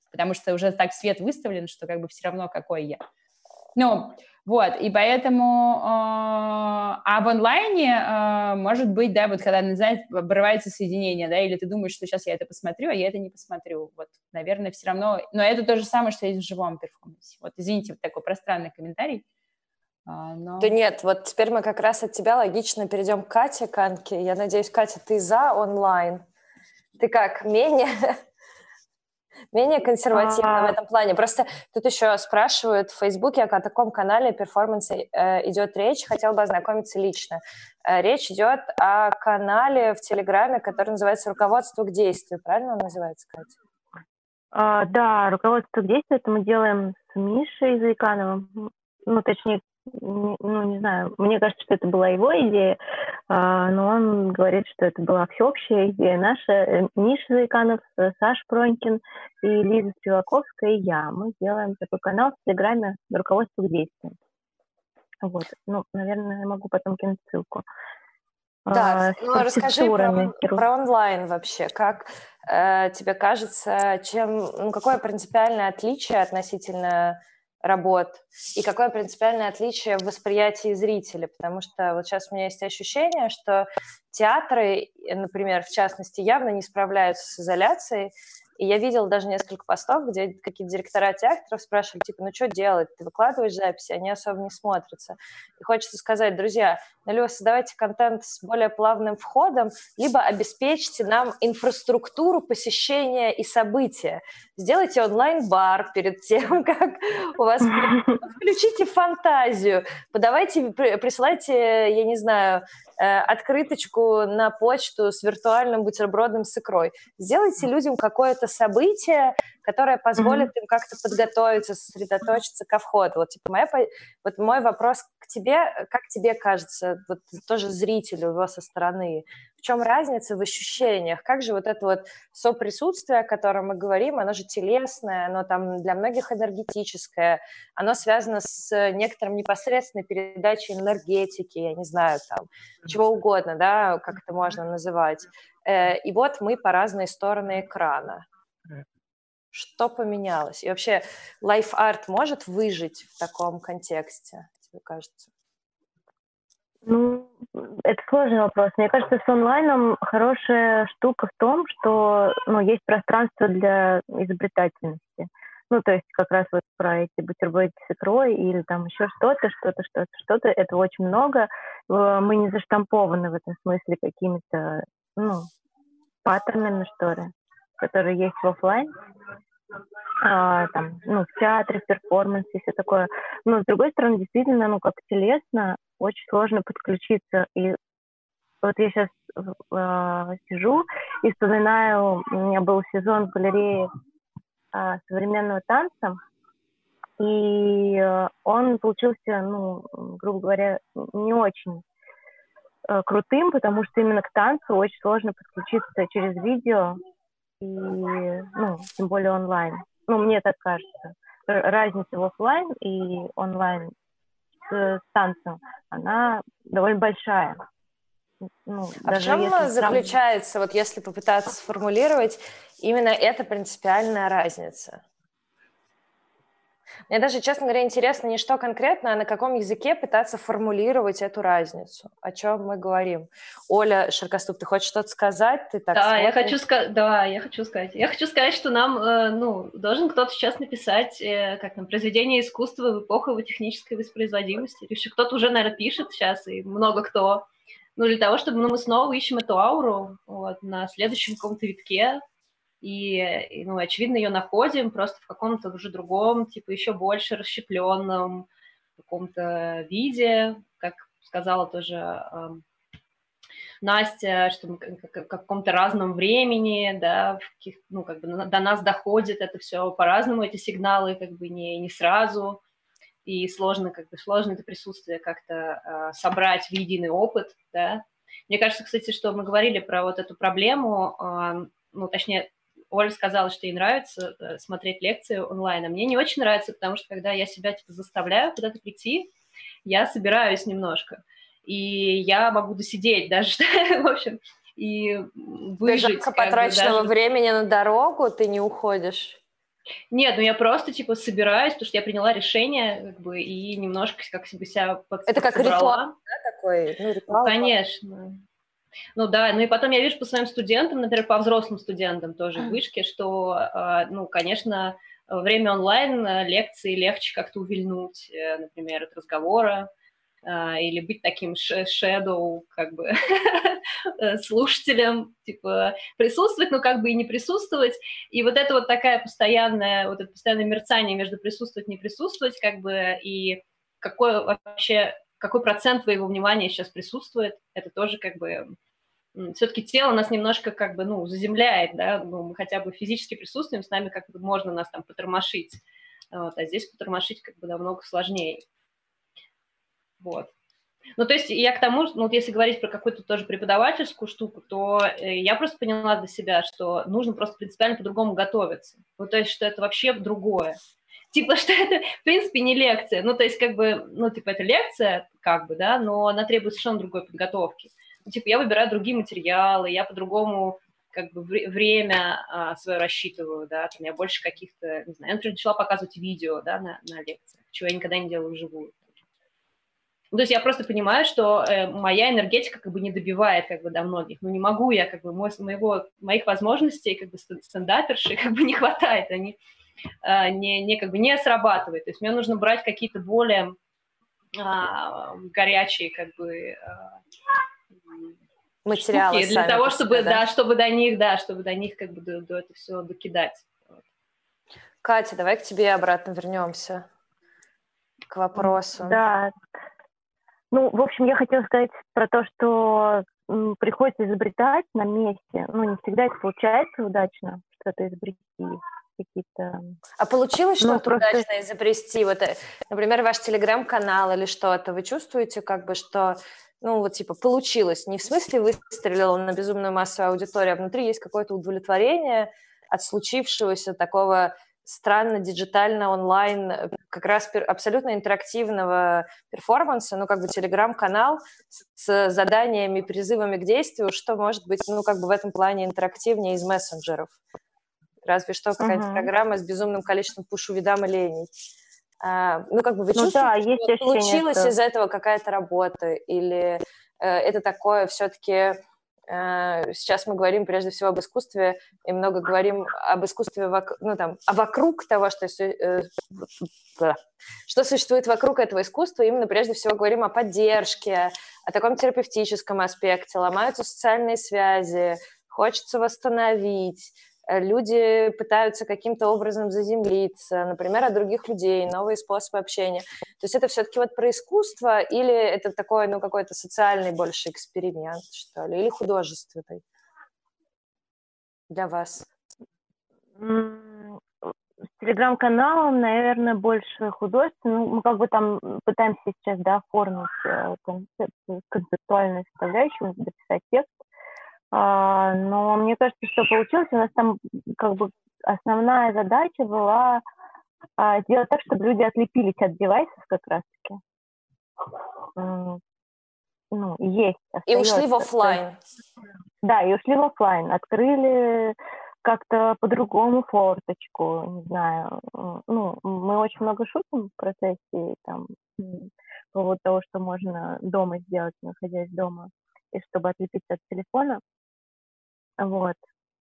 потому что уже так свет выставлен, что как бы все равно какой я. Ну, вот, и поэтому, а в онлайне, может быть, да, вот когда, знаете, обрывается соединение, да, или ты думаешь, что сейчас я это посмотрю, а я это не посмотрю, вот, наверное, все равно, но это то же самое, что есть в живом перформансе. Вот, извините, вот такой пространный комментарий. Но... Да нет, вот теперь мы как раз от тебя логично перейдем к Кате Канке. Я надеюсь, Катя, ты за онлайн? Ты как, менее консервативно в этом плане? Просто тут еще спрашивают в Фейсбуке, о каком канале перформанса идет речь. Хотела бы ознакомиться лично. Речь идет о канале в Телеграме, который называется «Руководство к действию». Правильно он называется, Катя? Да, руководство к действию это мы делаем с Мишей Заикановым. Ну, точнее, не знаю, мне кажется, что это была его идея, но он говорит, что это была всеобщая идея наша. Миша Заиканов, Саша Пронькин и Лиза Спиваковская и я. Мы делаем такой канал в Телеграме «Руководство к действию». Вот, ну, наверное, я могу потом кинуть ссылку. Да, ну расскажи про онлайн вообще. Как тебе кажется, какое принципиальное отличие относительно работ и какое принципиальное отличие в восприятии зрителя? Потому что вот сейчас у меня есть ощущение, что театры, например, в частности, явно не справляются с изоляцией. И я видела даже несколько постов, где какие-то директора театров спрашивали, типа, ну что делать? Ты выкладываешь записи, они особо не смотрятся. И хочется сказать, друзья, либо создавайте контент с более плавным входом, либо обеспечьте нам инфраструктуру посещения и события. Сделайте онлайн-бар перед тем, как у вас... Включите фантазию, присылайте, я не знаю, открыточку на почту с виртуальным бутербродом с икрой. Сделайте людям какое-то событие, которое позволит им как-то подготовиться, сосредоточиться ко входу. Вот, типа, мой вопрос к тебе, как тебе кажется, вот тоже зрителю его со стороны, в чем разница в ощущениях? Как же вот это вот соприсутствие, о котором мы говорим, оно же телесное, оно там для многих энергетическое, оно связано с некоторым непосредственной передачей энергетики, я не знаю, там, чего угодно, да, как это можно называть. И вот мы по разные стороны экрана. Что поменялось? И вообще лайф-арт может выжить в таком контексте, тебе кажется? Ну, это сложный вопрос. Мне кажется, с онлайном хорошая штука в том, что есть пространство для изобретательности. Ну, то есть как раз вот про эти бутерброды с икрой или там еще что-то, этого очень много. Мы не заштампованы в этом смысле какими-то, паттернами, что ли, которые есть в офлайн. В театре, в перформансе, все такое. Но, с другой стороны, действительно, как телесно, очень сложно подключиться. И вот я сейчас сижу и вспоминаю, у меня был сезон в галерее современного танца, и он получился, грубо говоря, не очень крутым, потому что именно к танцу очень сложно подключиться через видео, и, тем более онлайн. Мне так кажется. Разница в офлайн и онлайн с танцем, она довольно большая. А в чем заключается, вот если попытаться сформулировать, именно эта принципиальная разница? Мне даже, честно говоря, интересно не что конкретно, а на каком языке пытаться формулировать эту разницу. О чем мы говорим. Оля Ширкоступ, ты хочешь что-то сказать? Ты так я хочу сказать. Я хочу сказать, что нам должен кто-то сейчас написать произведение искусства в эпоху технической воспроизводимости. Или еще кто-то уже, наверное, пишет сейчас, и много кто. Для того, чтобы мы снова ищем эту ауру на следующем каком-то витке. И, очевидно, ее находим просто в каком-то уже другом, еще больше расщепленном каком-то виде, как сказала тоже Настя, что мы в каком-то разном времени, да, до нас доходит это все по-разному, эти сигналы, не сразу, и сложно это присутствие как-то собрать в единый опыт, да. Мне кажется, кстати, что мы говорили про вот эту проблему, точнее, Оля сказала, что ей нравится смотреть лекции онлайн, а мне не очень нравится, потому что когда я себя заставляю куда-то прийти, я собираюсь немножко, и я могу досидеть даже, в общем, и выжить. Жалко потраченного времени на дорогу, ты не уходишь? Нет, ну я просто, типа, собираюсь, потому что я приняла решение, как бы, и немножко как бы себя Это как собрала. ритуал, да, такой? Ну, ритуал. Конечно. Ну да, ну и потом я вижу по своим студентам, например, по взрослым студентам тоже в вышке, что, ну, конечно, время онлайн, лекции легче как-то увильнуть, например, от разговора, или быть таким shadow, как бы, слушателем, типа, присутствовать, но как бы и не присутствовать. И вот это вот такая постоянная, вот это постоянное мерцание между присутствовать и не присутствовать, как бы, и какой вообще, какой процент твоего внимания сейчас присутствует, это тоже как бы... Все-таки тело нас немножко как бы, ну, заземляет, да, ну, мы хотя бы физически присутствуем, с нами как бы можно нас там потормошить, вот, а здесь потормошить как бы намного сложнее. Вот. Ну, то есть я к тому, ну, вот если говорить про какую-то тоже преподавательскую штуку, то я просто поняла для себя, что нужно просто принципиально по-другому готовиться. Ну, то есть что это вообще другое. Типа, что это, в принципе, не лекция. Ну, то есть, как бы, ну, типа, это лекция, как бы, да, но она требует совершенно другой подготовки. Ну, типа, я выбираю другие материалы, я по-другому, как бы, время свое рассчитываю, да, там я больше каких-то, не знаю, я, например, начала показывать видео, да, на лекциях, чего я никогда не делала вживую. Ну, то есть я просто понимаю, что моя энергетика как бы не добивает как бы до многих. Ну, не могу я, как бы, моих возможностей как бы стендаперши как бы не хватает, они как бы не срабатывают. То есть мне нужно брать какие-то более горячие как бы материалы штуки для сами того, по чтобы, себе, да? чтобы до них как бы до этого все докидать. Катя, давай к тебе обратно вернемся к вопросу. Да. Ну, в общем, я хотела сказать про то, что приходится изобретать на месте. Ну, не всегда это получается удачно, что-то изобрести, какие-то... А получилось что-то просто... удачно изобрести? Вот, например, ваш телеграм-канал или что-то. Вы чувствуете, как бы, что, ну, вот, типа, получилось? Не в смысле выстрелило на безумную массовую аудиторию, а внутри есть какое-то удовлетворение от случившегося такого странно диджитально онлайн, как раз абсолютно интерактивного перформанса, ну, как бы телеграм-канал с заданиями, призывами к действию, что может быть, ну, как бы в этом плане интерактивнее из мессенджеров. Разве что какая-то программа с безумным количеством пуш-уведомлений. Ну, как бы вы чувствуете, есть что ощущение, получилась что... из этого какая-то работа, или это такое все-таки... Сейчас мы говорим прежде всего об искусстве, и много говорим об искусстве, ну, там, вокруг того, что существует вокруг этого искусства, именно прежде всего говорим о поддержке, о таком терапевтическом аспекте, ломаются социальные связи, хочется восстановить, люди пытаются каким-то образом заземлиться, например, от других людей, новые способы общения. То есть это все-таки вот про искусство или это такой, ну, какой-то социальный больше эксперимент, что ли, или художественный для вас? С телеграм-каналом, наверное, больше художественно. Мы как бы там пытаемся сейчас, да, оформить концептуальную составляющую, дописать текст. Но мне кажется, что получилось. У нас там как бы основная задача была сделать так, чтобы люди отлепились от девайсов как раз-таки. Ну, есть. И ушли в офлайн. Да, и ушли в офлайн. Открыли как-то по-другому форточку, не знаю. Ну, мы очень много шутим в процессе, там, по поводу того, что можно дома сделать, находясь дома, и чтобы отлепиться от телефона. Вот.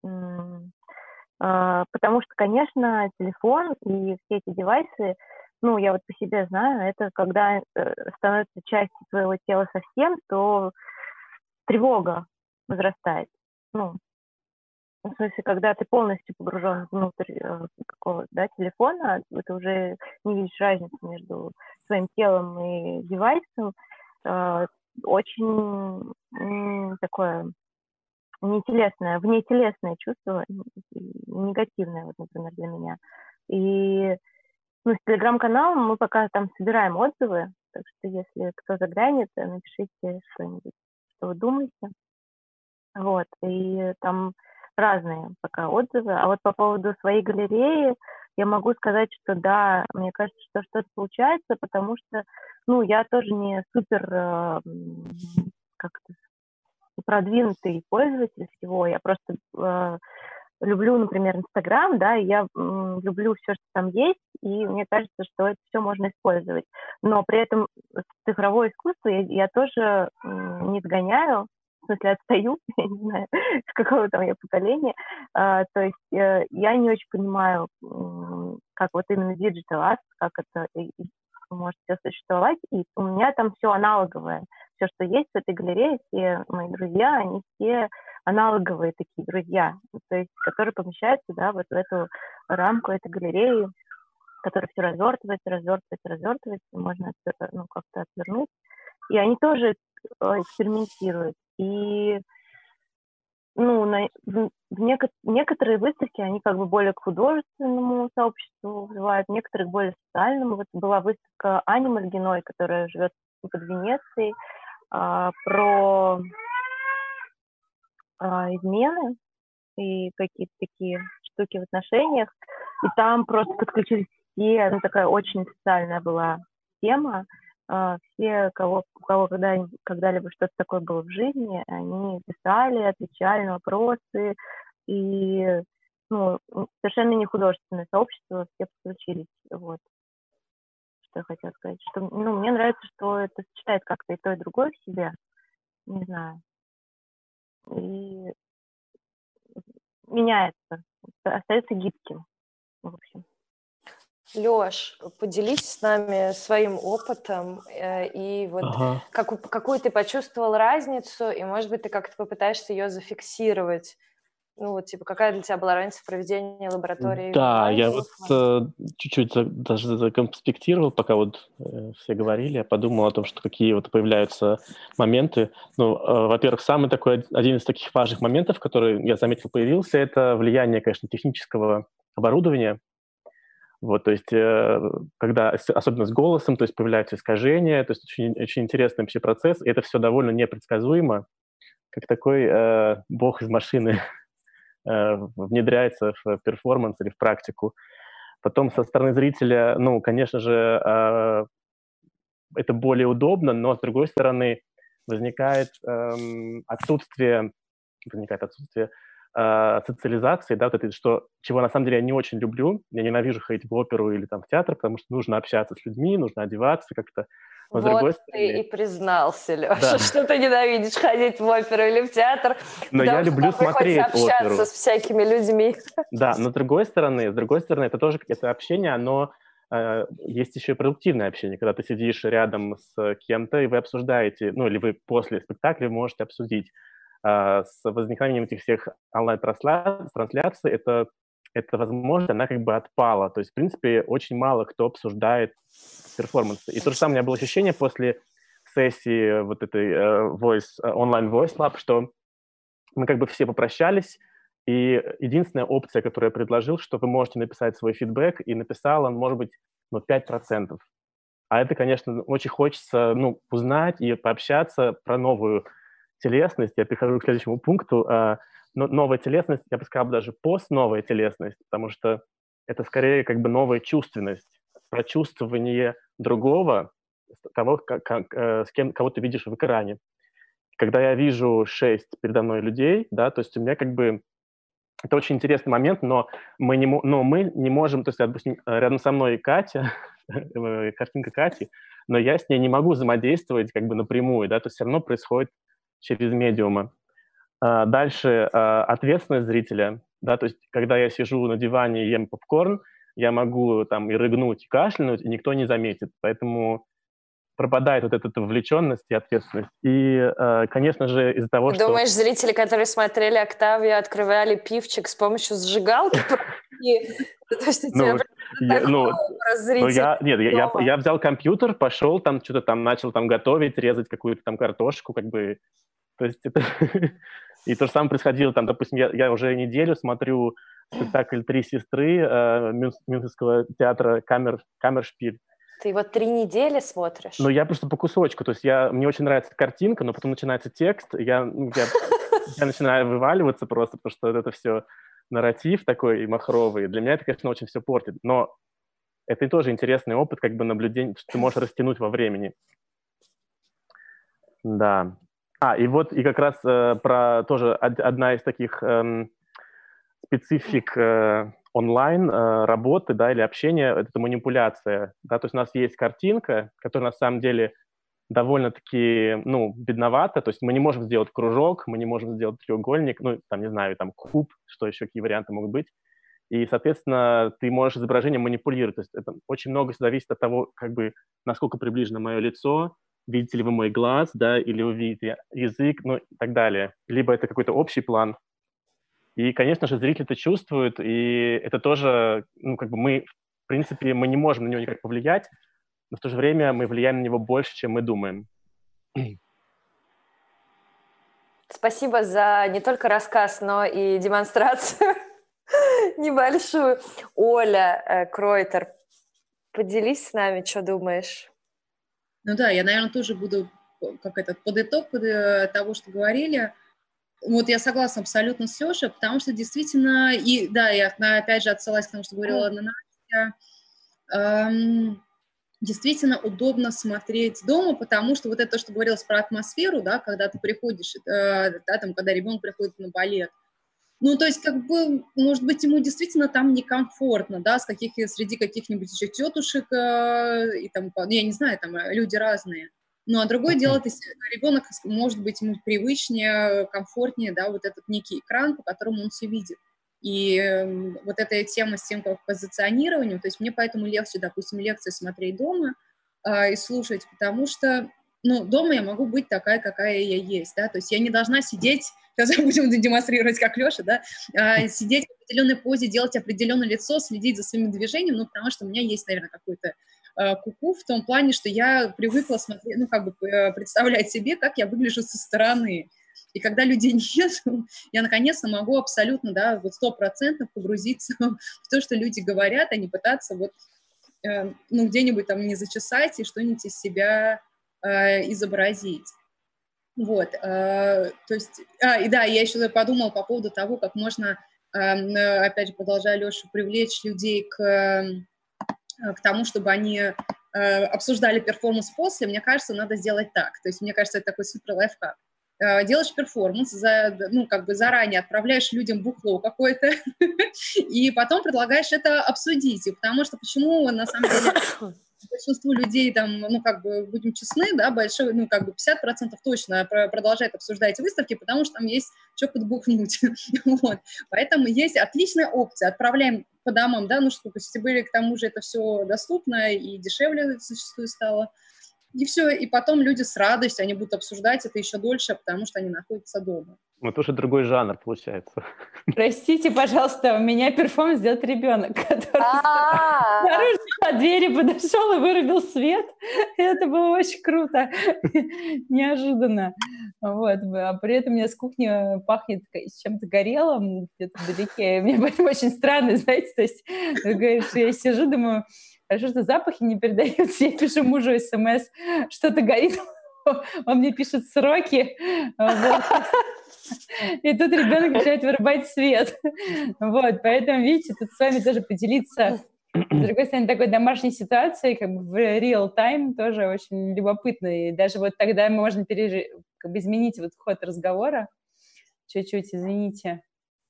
Потому что, конечно, телефон и все эти девайсы, ну, я вот по себе знаю, это когда становится частью твоего тела совсем, то тревога возрастает. Ну, в смысле, когда ты полностью погружен внутрь какого-то, да, телефона, ты уже не видишь разницы между своим телом и девайсом. Очень такое внетелесное чувство, негативное, вот, например, для меня. И ну, с телеграм-каналом мы пока там собираем отзывы, так что если кто заглянет, напишите что-нибудь, что вы думаете. Вот, и там разные пока отзывы. А вот по поводу своей галереи я могу сказать, что да, мне кажется, что что-то получается, потому что, ну, я тоже не супер как-то продвинутый пользователь всего. Я просто люблю, например, Инстаграм, да, и я люблю все, что там есть, и мне кажется, что это все можно использовать. Но при этом цифровое искусство я тоже не сгоняю, в смысле отстаю, я не знаю, с какого там я поколения. То есть я не очень понимаю, как вот именно digital art, как это может все существовать, и у меня там все аналоговое. Все, что есть в этой галерее, все мои друзья, они все аналоговые такие друзья, то есть которые помещаются, да, вот в эту рамку этой галереи, которая все развертывается, можно как-то отвернуть. И они тоже экспериментируют. И некоторые выставки, они как бы более к художественному сообществу вызывают, некоторые более социальному. Вот была выставка Ани Мальгиной, которая живет под Венецией, про измены и какие-то такие штуки в отношениях. И там просто подключились все, такая очень социальная была тема. Все, у кого когда-либо что-то такое было в жизни, они писали, отвечали на вопросы. И совершенно не художественное сообщество, все подключились. Вот. Что я хотела сказать. Что, мне нравится, что это сочетает как-то и то, и другое в себе. Не знаю. И меняется, остается гибким, в общем. Лёш, поделись с нами своим опытом и вот какую ты почувствовал разницу, и, может быть, ты как-то попытаешься ее зафиксировать. Какая для тебя была разница в проведении лаборатории? Да, я вот чуть-чуть даже законспектировал, пока вот все говорили, я подумал о том, что какие вот появляются моменты. Во-первых, самый такой, один из таких важных моментов, который я заметил появился, это влияние, конечно, технического оборудования. Вот, то есть, когда, особенно с голосом, то есть появляются искажения, то есть очень, очень интересный вообще процесс, и это все довольно непредсказуемо, как такой бог из машины внедряется в перформанс или в практику. Потом со стороны зрителя, конечно же, это более удобно, но с другой стороны возникает отсутствие социализации, да, чего на самом деле я не очень люблю. Я ненавижу ходить в оперу или там в театр, потому что нужно общаться с людьми, нужно одеваться как-то. Но вот ты и признался, Леша, да, что ты ненавидишь ходить в оперу или в театр. Но я люблю смотреть оперу. Общаться с всякими людьми. Да, но с другой стороны, это тоже это общение, оно есть еще и продуктивное общение, когда ты сидишь рядом с кем-то, и вы обсуждаете, или вы после спектакля можете обсудить. С возникновением этих всех онлайн-трансляций эта возможность, она как бы отпала. То есть, в принципе, очень мало кто обсуждает перформансы. И то же самое у меня было ощущение после сессии вот этой онлайн Voice Lab, что мы как бы все попрощались, и единственная опция, которую я предложил, что вы можете написать свой фидбэк, и написал он, может быть, 5%. А это, конечно, очень хочется узнать и пообщаться про новую телесность. Я перехожу к следующему пункту. Новая телесность, я бы сказал, даже постновая телесность, потому что это скорее как бы новая чувственность, прочувствование другого, того, кого ты видишь в экране. Когда я вижу 6 передо мной людей, да, то есть у меня как бы это очень интересный момент, но мы не можем, то есть, допустим, рядом со мной Катя, картинка Кати, но я с ней не могу взаимодействовать как бы напрямую, да, то есть все равно происходит через медиума. Дальше ответственность зрителя, да, то есть когда я сижу на диване и ем попкорн, я могу там и рыгнуть, и кашлянуть, и никто не заметит, поэтому пропадает вот эта вовлеченность и ответственность. И, конечно же, из-за того, что... Думаешь, зрители, которые смотрели «Октавию», открывали пивчик с помощью зажигалки? Я взял компьютер, пошел, там что-то там начал там готовить, резать какую-то там картошку, как бы, то есть это... И то же самое происходило, там, допустим, я уже неделю смотрю спектакль «Три сестры» Мюнхенского театра Каммершпиль. Ты его 3 недели смотришь? Я просто по кусочку, то есть мне очень нравится картинка, но потом начинается текст, я начинаю вываливаться просто, потому что это все нарратив такой махровый. Для меня это, конечно, очень все портит, но это тоже интересный опыт, как бы наблюдение, что ты можешь растянуть во времени. Да. И как раз про тоже одна из таких специфик онлайн работы, да, или общения, это манипуляция, да, то есть у нас есть картинка, которая на самом деле довольно-таки, ну, бедновата, то есть мы не можем сделать кружок, мы не можем сделать треугольник, ну, там, не знаю, там, куб, что еще, какие варианты могут быть, и, соответственно, ты можешь изображением манипулировать, то есть это очень много зависит от того, как бы, насколько приближено мое лицо, видите ли вы мой глаз, да, или вы видите язык, ну, и так далее, либо это какой-то общий план. И, конечно же, зритель это чувствует, и это тоже, ну, как бы мы, в принципе, мы не можем на него никак повлиять, но в то же время мы влияем на него больше, чем мы думаем. Спасибо за не только рассказ, но и демонстрацию небольшую. Оля Кройтер, поделись с нами, что думаешь? Ну да, я, наверное, тоже буду под итог того, что говорили. Вот я согласна абсолютно с Лешей, потому что действительно, и да, я опять же отсылаюсь к тому, что говорила Настя, действительно удобно смотреть дома, потому что вот это то, что говорилось про атмосферу, да, когда ты приходишь, да, там, когда ребенок приходит на балет, ну, то есть, как бы, может быть, ему действительно там некомфортно, да, среди каких-нибудь еще тетушек, и там, я не знаю, там люди разные. Ну, а другое дело, ребенок, может быть, ему привычнее, комфортнее, да, вот этот некий экран, по которому он все видит. И вот эта тема с тем, как позиционированию, то есть мне поэтому легче, допустим, лекции смотреть дома и слушать, потому что, ну, дома я могу быть такая, какая я есть, да, то есть я не должна сидеть, сейчас будем демонстрировать, как Леша, да, сидеть в определенной позе, делать определенное лицо, следить за своими движениями, ну, потому что у меня есть, наверное, какой-то куку в том плане, что я привыкла смотреть, ну, как бы представлять себе, как я выгляжу со стороны. И когда людей нет, я наконец-то могу абсолютно, да, вот 100% погрузиться в то, что люди говорят, а не пытаться вот, ну, где-нибудь там не зачесать и что-нибудь из себя изобразить. Вот, то есть, и да, я еще подумала по поводу того, как можно, опять же, продолжая Лешу, привлечь людей к тому, чтобы они обсуждали перформанс после. Мне кажется, надо сделать так. То есть, мне кажется, это такой супер лайфхак. Делаешь перформанс, ну, как бы заранее отправляешь людям бухло какое-то, и потом предлагаешь это обсудить. И потому что почему, на самом деле, большинству людей, там, ну, как бы, будем честны, да, большой, ну, как бы 50% точно продолжает обсуждать выставки, потому что там есть что подбухнуть. Вот. Поэтому есть отличная опция. Отправляем по домам, да, ну, чтобы были, к тому же это все доступно и дешевле зачастую стало. И все, и потом люди с радостью, они будут обсуждать это еще дольше, потому что они находятся дома. Это уже другой жанр получается. Простите, пожалуйста, у меня перформанс делает ребенок, который снаружи от двери подошел и вырубил свет. Это было очень круто, неожиданно. Вот. А при этом у меня с кухни пахнет чем-то горелым где-то вдалеке. Мне поэтому очень странно, знаете, то есть, говоришь, я сижу, думаю, хорошо, что запахи не передаются. Я пишу мужу СМС, что-то горит. Он мне пишет сроки. Вот. И тут ребенок начинает вырубать свет. Вот, поэтому, видите, тут с вами тоже поделиться, с другой стороны, такой домашней ситуацией, как бы в real time, тоже очень любопытно. И даже вот тогда можно как бы изменить вот ход разговора чуть-чуть, извините.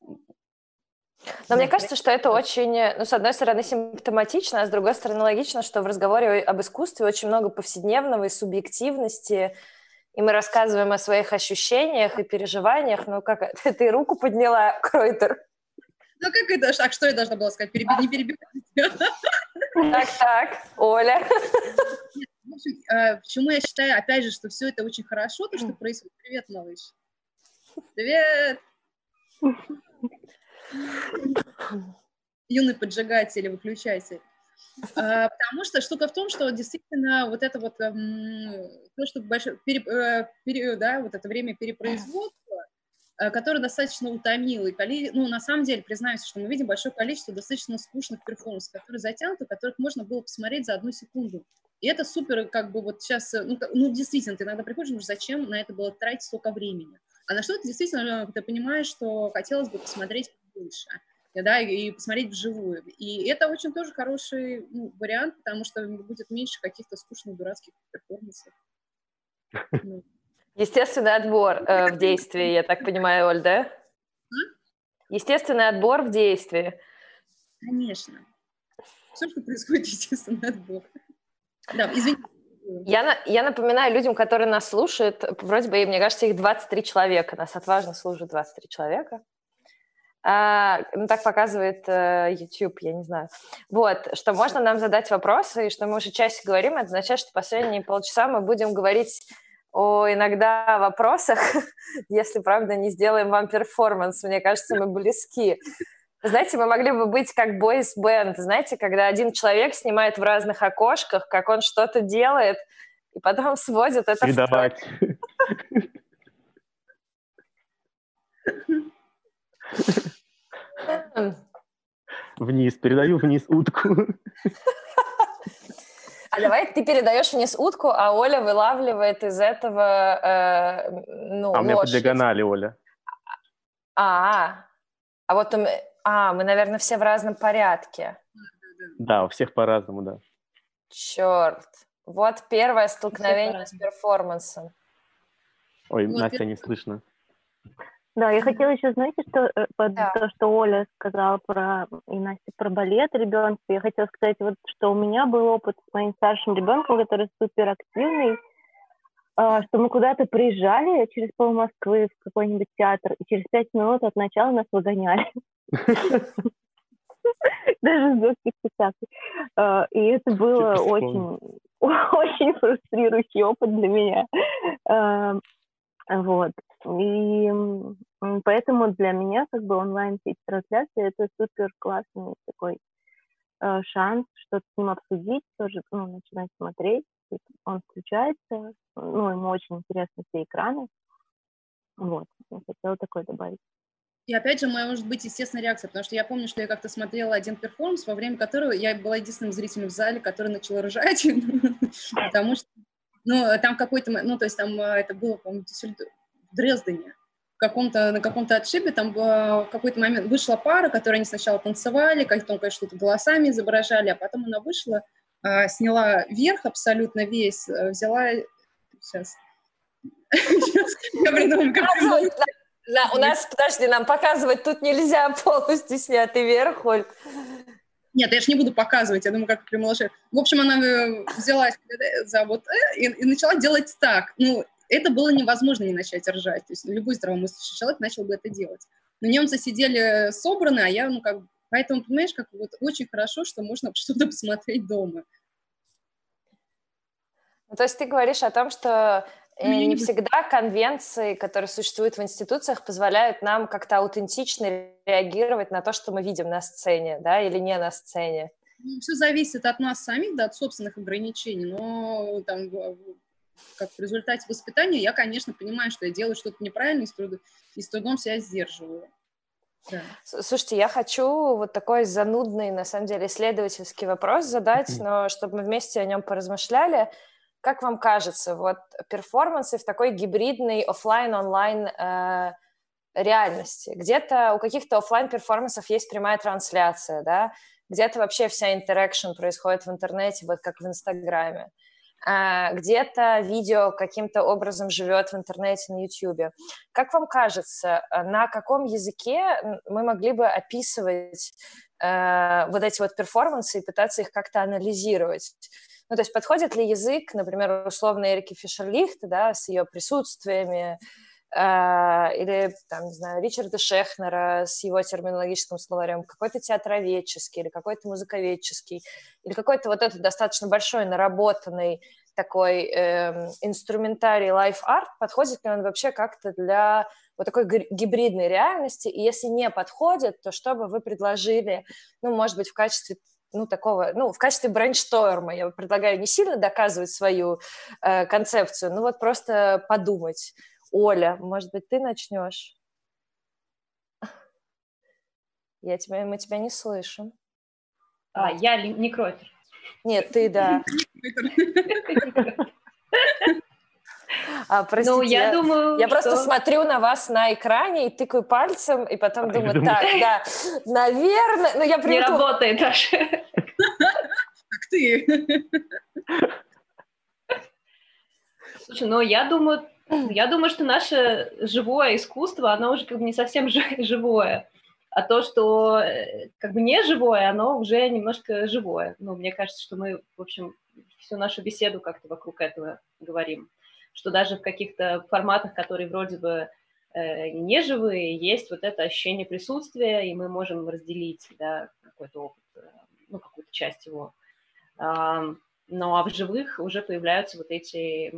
Но мне кажется, что это очень, ну, с одной стороны, симптоматично, а с другой стороны, логично, что в разговоре об искусстве очень много повседневного и субъективности, и мы рассказываем о своих ощущениях и переживаниях. Ну, как ты руку подняла, Кройтер? Ну, как это? А что я должна была сказать? Не перебивайте. Так, Оля. В общем, почему я считаю, опять же, что все это очень хорошо, то, что происходит. Привет, малыш. Привет. Юный поджигатель, выключайся. Потому что штука в том, что действительно вот это вот то, что большое, да, вот это время перепроизводства, которое достаточно утомило. И, ну, на самом деле, признаюсь, что мы видим большое количество достаточно скучных перформансов, которые затянуты, которых можно было посмотреть за 1 секунду. И это супер, как бы вот сейчас, ну действительно, ты иногда приходишь, думаешь, зачем на это было тратить столько времени. А на что-то действительно ты понимаешь, что хотелось бы посмотреть больше. Да, и посмотреть вживую. И это очень тоже хороший вариант, потому что будет меньше каких-то скучных, дурацких перформансов. Естественный отбор в действии, я так понимаю, Оль, да? Естественный отбор в действии. Конечно. Все, что происходит, естественный отбор. Да, извините. Я напоминаю людям, которые нас слушают, вроде бы, мне кажется, их 23 человека. Нас отважно слушают 23 человека. Ну, так показывает YouTube, я не знаю. Вот, что можно нам задать вопросы, и что мы уже чаще говорим, это означает, что последние полчаса мы будем говорить о иногда вопросах, если, правда, не сделаем вам перформанс. Мне кажется, мы близки. Знаете, мы могли бы быть как бойс-бенд, знаете, когда один человек снимает в разных окошках, как он что-то делает, и потом сводит это передавать. Вниз, передаю вниз утку. А давай ты передаешь вниз утку, а Оля вылавливает из этого у меня по диагонали, Оля. Вот мы, наверное, все в разном порядке. Да, у всех по-разному, да. Черт. Вот первое столкновение с перформансом. Ой, Настя, не слышно. Да, я хотела еще, знаете, что то, что Оля сказала и Настя про балет ребенка, я хотела сказать, вот, что у меня был опыт с моим старшим ребенком, который суперактивный, что мы куда-то приезжали через пол Москвы в какой-нибудь театр, и через 5 минут от начала нас выгоняли. Даже с детских спектаклей. И это было очень фрустрирующий опыт для меня. Вот. И поэтому для меня как бы онлайн-трансляция это супер классный такой шанс что-то с ним обсудить, тоже начинать смотреть. Он включается, ему очень интересны все экраны. Вот, я хотела такое добавить. И опять же, моя может быть естественная реакция, потому что я помню, что я как-то смотрела один перформанс, во время которого я была единственным зрителем в зале, который начал ржать, потому что, там какой-то, то есть там это было, по-моему, в Дрездене, на каком-то отшибе, там в какой-то момент вышла пара, которая они сначала танцевали, потом, конечно, что-то голосами изображали, а потом она вышла, сняла верх абсолютно весь, взяла... Сейчас. Я придумаю, как... У нас, подожди, нам показывать тут нельзя полностью снятый верх, Оль. Нет, я же не буду показывать, я думаю, как при малыше. В общем, она взялась за и начала делать так. Это было невозможно не начать ржать. То есть любой здравомыслящий человек начал бы это делать. Но немцы сидели собраны, а я, поэтому, понимаешь, как вот очень хорошо, что можно что-то посмотреть дома. То есть ты говоришь о том, что не всегда конвенции, которые существуют в институциях, позволяют нам как-то аутентично реагировать на то, что мы видим на сцене, да, или не на сцене. Все зависит от нас самих, да, от собственных ограничений, но там, как в результате воспитания, я, конечно, понимаю, что я делаю что-то неправильно и с трудом себя сдерживаю. Да. Слушайте, я хочу вот такой занудный, на самом деле, исследовательский вопрос задать, но чтобы мы вместе о нем поразмышляли. Как вам кажется, вот перформансы в такой гибридной офлайн-онлайн реальности? Где-то у каких-то офлайн-перформансов есть прямая трансляция, да? Где-то вообще вся интеракшн происходит в интернете, вот как в Инстаграме. Где-то видео каким-то образом живет в интернете на Ютьюбе. Как вам кажется, на каком языке мы могли бы описывать вот эти вот перформансы и пытаться их как-то анализировать? То есть подходит ли язык, например, условно Эрики Фишер-Лихт, да, с ее присутствиями, или, там, не знаю, Ричарда Шехнера с его терминологическим словарем, какой-то театроведческий или какой-то музыковедческий, или какой-то вот этот достаточно большой, наработанный такой инструментарий лайф-арт, подходит ли он вообще как-то для вот такой гибридной реальности, и если не подходит, то что бы вы предложили, может быть, в качестве в качестве брейншторма. Я предлагаю не сильно доказывать свою концепцию, вот просто подумать. Оля, может быть, ты начнешь? Мы тебя не слышим. Я некротер. Нет, ты, да. Простите, я думаю, я просто смотрю на вас на экране и тыкаю пальцем, и потом думаю, так, да, наверное, я привыкла... Не работает аж. Как ты. Слушай, я думаю, что наше живое искусство, оно уже как бы не совсем живое. а то, что как бы не живое, оно уже немножко живое. Ну, мне кажется, что мы, в общем, всю нашу беседу как-то вокруг этого говорим, что даже в каких-то форматах, которые вроде бы неживые, есть вот это ощущение присутствия, и мы можем разделить, да, какой-то опыт, ну, какую-то часть его. Ну, а в живых уже появляются вот эти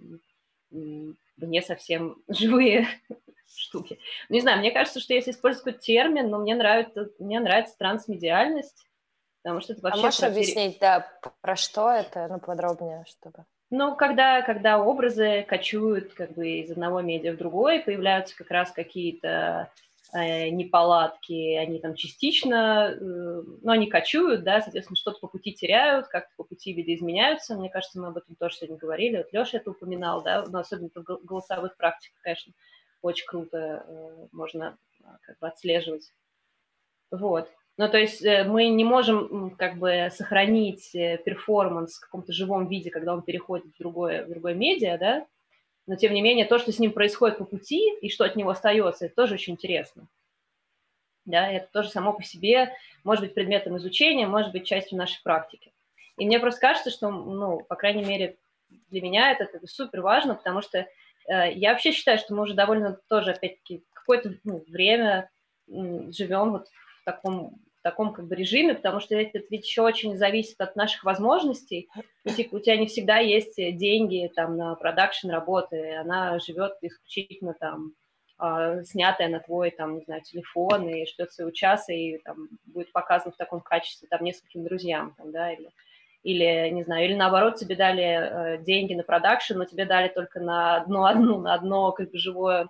не совсем живые штуки. Не знаю, мне кажется, что если использовать какой-то термин, но мне нравится трансмедиальность, потому что это вообще... А можешь объяснить, да, про что это, ну, подробнее, чтобы... Ну, когда образы кочуют как бы из одного медиа в другой, появляются как раз какие-то неполадки, они там частично, но они кочуют, да, соответственно, что-то по пути теряют, как-то по пути видоизменяются. Мне кажется, мы об этом тоже сегодня говорили. Вот Леша это упоминал, да, но особенно в голосовых практиках, конечно, очень круто можно как бы отслеживать. Вот. Ну, то есть мы не можем как бы сохранить перформанс в каком-то живом виде, когда он переходит в другое медиа, да, но, тем не менее, то, что с ним происходит по пути и что от него остается, это тоже очень интересно. Да, это тоже само по себе может быть предметом изучения, может быть частью нашей практики. И мне просто кажется, что, ну, по крайней мере, для меня это супер важно, потому что я вообще считаю, что мы уже довольно тоже, опять-таки, какое-то время живем вот в таком как бы режиме, потому что это ведь еще очень зависит от наших возможностей. У тебя не всегда есть деньги там на продакшн работы, она живет исключительно там снятая на твой, там, не знаю, телефон и ждет своего часа и там будет показано в таком качестве там нескольким друзьям, там, да, или, не знаю, или наоборот, тебе дали деньги на продакшн, но тебе дали только на одно как бы живое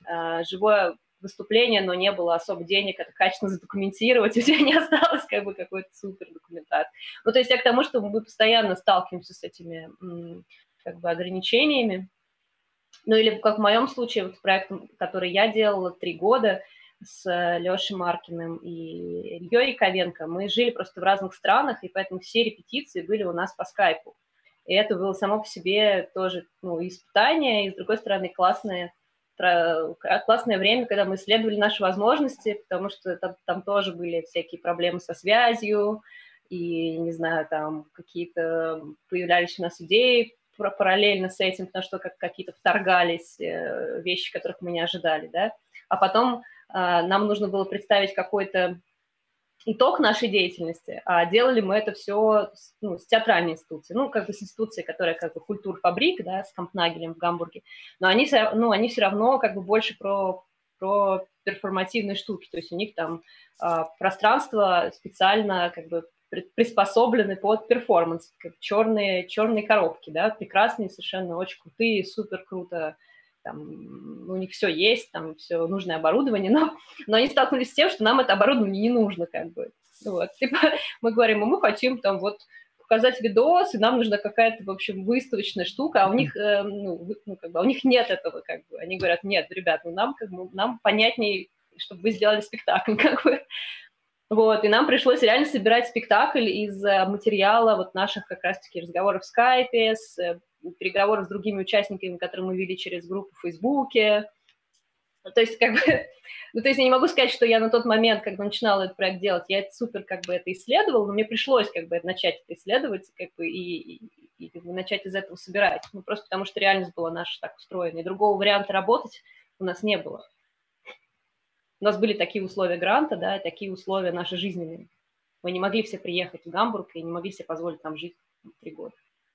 выступление, но не было особо денег это качественно задокументировать, у тебя не осталось как бы какой-то супер документации. Ну, то есть я к тому, что мы постоянно сталкиваемся с этими как бы ограничениями. Ну, или как в моем случае, вот проект, который я делала 3 года с Лешей Маркиным и Ильей Яковенко, мы жили просто в разных странах, и поэтому все репетиции были у нас по скайпу. И это было само по себе тоже, ну, испытание, и, с другой стороны, классное время, когда мы исследовали наши возможности, потому что там тоже были всякие проблемы со связью, и, не знаю, там какие-то появлялись у нас идеи параллельно с этим, потому что какие-то вторгались вещи, которых мы не ожидали, да. А потом нам нужно было представить какой-то итог нашей деятельности, а делали мы это все с театральной институцией, ну, как бы с институцией, которая как бы культурфабрик, да, с Кампнагелем в Гамбурге, но они все равно как бы больше про перформативные штуки, то есть у них там пространство специально как бы приспособлены под перформанс, как черные коробки, да, прекрасные, совершенно очень крутые, супер круто, там, у них все есть, там все нужное оборудование, но они столкнулись с тем, что нам это оборудование не нужно, как бы. Вот. Типа, мы говорим, мы хотим там вот показать видос, и нам нужна какая-то, в общем, выставочная штука, а у них, как бы, у них нет этого, как бы. Они говорят, нет, ребят, нам понятнее, чтобы вы сделали спектакль, как бы. Вот, и нам пришлось реально собирать спектакль из материала вот наших как раз-таки разговоров в скайпе, переговоров с другими участниками, которые мы вели через группу в Фейсбуке. То есть, как бы, то есть я не могу сказать, что я на тот момент, когда начинала этот проект делать, я это супер как бы это исследовала, но мне пришлось как бы начать это исследовать как бы, и как бы начать из этого собирать. Ну, просто потому что реальность была наша так устроена, и другого варианта работать у нас не было. У нас были такие условия гранта, да, такие условия наши жизненные. Мы не могли все приехать в Гамбург и не могли себе позволить там жить 3 года.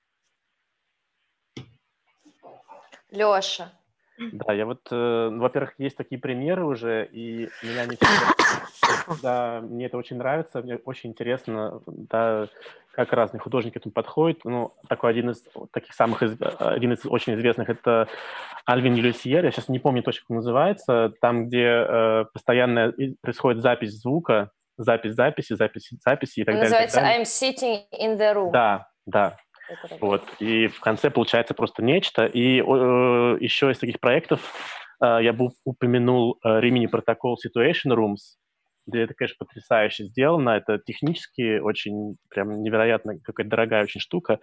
Леша. Да, я вот, во-первых, есть такие примеры уже, и меня не всегда, да, мне это очень нравится, мне очень интересно, да, как разные художники к этому подходят. Ну, такой один из очень известных, это Альвин Юлисьер, я сейчас не помню точно, как он называется, там, где постоянно происходит запись звука, запись записи и так далее. Называется I'm sitting in the room. Да. Вот. И в конце получается просто нечто. И еще из таких проектов я бы упомянул Rimini Protocol Situation Rooms, где это, конечно, потрясающе сделано. Это технически очень прям невероятно какая-то дорогая очень штука.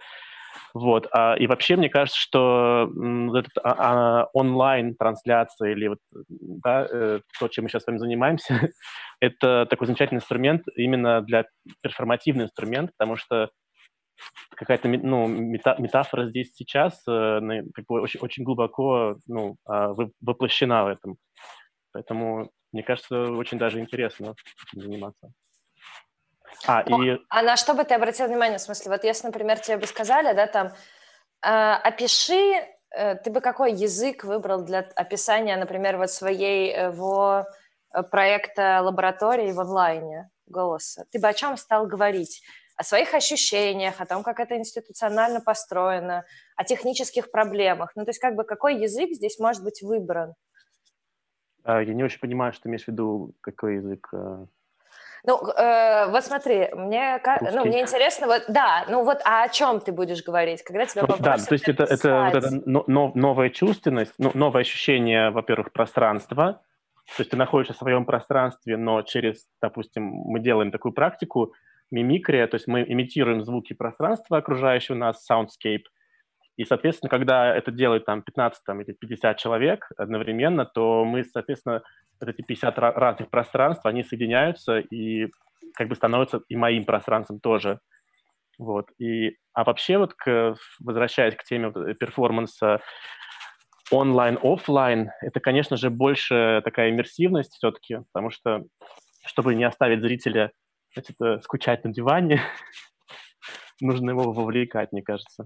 Вот. И вообще, мне кажется, что онлайн-трансляция или вот, да, то, чем мы сейчас с вами занимаемся, это такой замечательный инструмент, именно перформативный инструмент, потому что какая-то метафора здесь сейчас как бы очень, очень глубоко воплощена в этом. Поэтому, мне кажется, очень даже интересно этим заниматься. А на что бы ты обратил внимание? В смысле, вот если, например, тебе бы сказали, да, там, опиши, ты бы какой язык выбрал для описания, например, вот своего проекта лаборатории в онлайне голоса? Ты бы о чем стал говорить? О своих ощущениях, о том, как это институционально построено, о технических проблемах. Ну, то есть, как бы, какой язык здесь может быть выбран? Я не очень понимаю, что ты имеешь в виду, какой язык... Ну, вот смотри, мне интересно, вот, да, ну вот, а о чем ты будешь говорить, когда тебя попросят да, то есть это вот эта новая чувственность, новое ощущение, во-первых, пространства, то есть ты находишься в своем пространстве, но допустим, мы делаем такую практику, мимикрия, то есть мы имитируем звуки пространства окружающего нас, soundscape, и, соответственно, когда это делает там 15 или 50 человек одновременно, то мы, соответственно, вот эти 50 разных пространств, они соединяются и как бы становятся и моим пространством тоже. Вот. А вообще, вот возвращаясь к теме перформанса онлайн-офлайн, это, конечно же, больше такая иммерсивность все-таки, потому что, чтобы не оставить зрителя, значит, скучать на диване, нужно его вовлекать, мне кажется.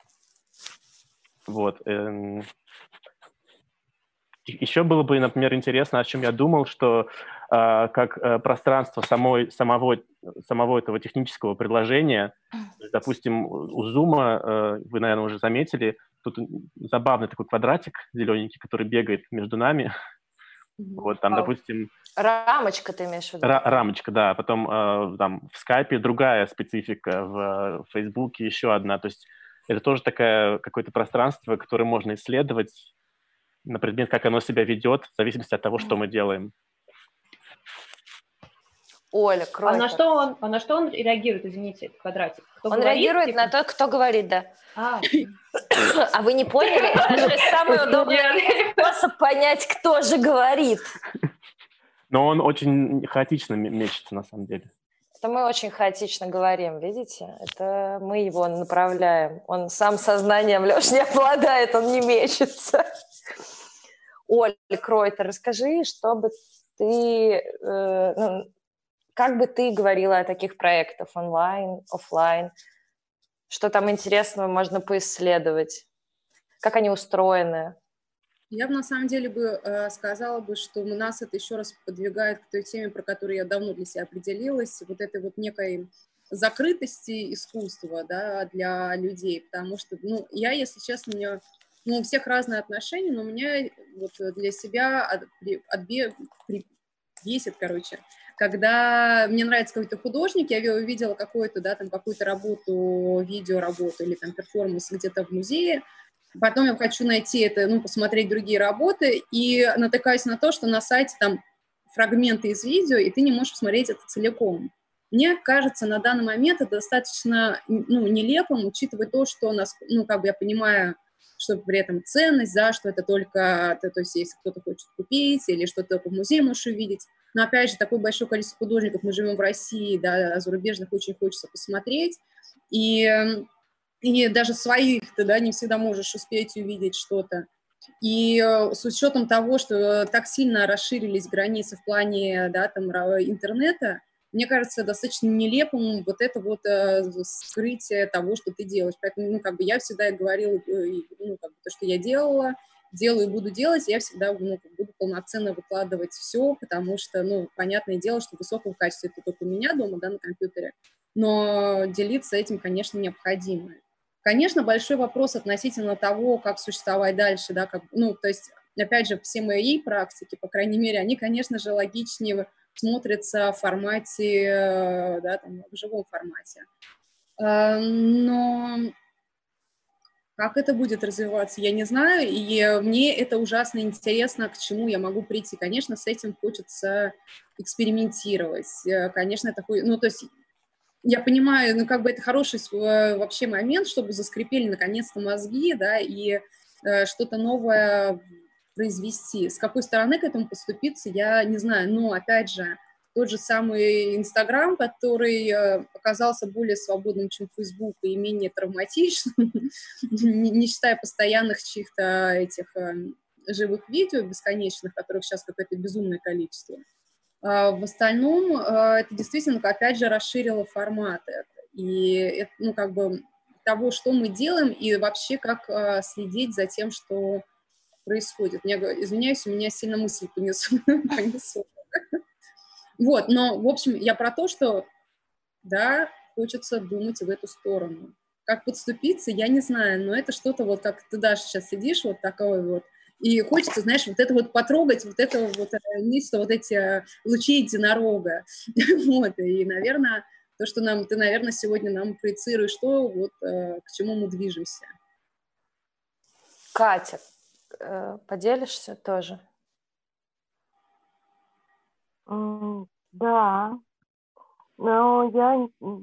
Вот. Еще было бы, например, интересно, о чем я думал, что как пространство самого этого технического предложения, допустим, у Zoom, вы, наверное, уже заметили, тут забавный такой квадратик зелененький, который бегает между нами. Вот, там, допустим... Рамочка ты имеешь в виду? Рамочка, да. Потом там в Skype другая специфика, в Фейсбуке еще одна. То есть это тоже какое-то пространство, которое можно исследовать на предмет, как оно себя ведет, в зависимости от того, что мы делаем. Оля, Кройтер. А на что он реагирует, извините, квадратик? Он реагирует на то, кто говорит, да. А вы не поняли? Это же самый удобный способ понять, кто же говорит. Но он очень хаотично мечется, на самом деле. Это мы очень хаотично говорим, видите? Это мы его направляем. Он сам сознанием, Леш, не обладает, он не мечется. Оля Кройтер, расскажи, чтобы ты... как бы ты говорила о таких проектах онлайн, офлайн? Что там интересного можно поисследовать? Как они устроены? Я бы на самом деле сказала, что нас это еще раз подвигает к той теме, про которую я давно для себя определилась, вот этой вот некой закрытости искусства, да, для людей, потому что, я, если честно, у всех разные отношения, но у меня вот для себя бесит, когда мне нравится какой-то художник, я увидела какую-то работу, видеоработу или там перформанс где-то в музее, потом я хочу найти это, посмотреть другие работы, и натыкаюсь на то, что на сайте там фрагменты из видео, и ты не можешь посмотреть это целиком. Мне кажется, на данный момент это достаточно, нелепым, учитывая то, что я понимаю, что при этом ценность, да, что это только, то есть если кто-то хочет купить или что-то только в музее можешь увидеть. Но опять же, такое большое количество художников, мы живем в России, да, зарубежных очень хочется посмотреть, и даже своих ты, да, не всегда можешь успеть увидеть что-то. И с учетом того, что так сильно расширились границы в плане, да, там, интернета, мне кажется, достаточно нелепым вот это вот скрытие того, что ты делаешь. Поэтому, я всегда говорила, то, что я делаю и буду делать, я всегда буду полноценно выкладывать все, потому что, понятное дело, что в высоком качестве это только у меня дома, да, на компьютере, но делиться этим, конечно, необходимо. Конечно, большой вопрос относительно того, как существовать дальше, да, то есть, опять же, все мои практики, по крайней мере, они, конечно же, логичнее смотрятся в формате, да, там, в живом формате. Но как это будет развиваться, я не знаю, и мне это ужасно интересно, к чему я могу прийти. Конечно, с этим хочется экспериментировать. Конечно, то есть я понимаю, ну, как бы это хороший вообще момент, чтобы заскрипели наконец-то мозги, да, и что-то новое произвести. С какой стороны к этому поступиться, я не знаю, но, опять же, тот же самый Инстаграм, который оказался более свободным, чем Фейсбук, и менее травматичным, не считая постоянных чьих-то этих живых видео бесконечных, которых сейчас какое-то безумное количество. В остальном это действительно, опять же, расширило форматы. И это, ну, как бы того, что мы делаем, и вообще как следить за тем, что происходит. Я говорю, извиняюсь, у меня сильно мысль понесу. Вот, но, в общем, я про то, что, да, хочется думать в эту сторону. Как подступиться, я не знаю, но это что-то вот, как ты, Даша, сейчас сидишь, вот такое вот, и хочется, знаешь, вот это вот потрогать, вот это вот нечто, вот эти лучи единорога. Вот, и, наверное, то, что ты, наверное, сегодня нам проецируешь, что вот к чему мы движемся. Катя, поделишься тоже? Да, но я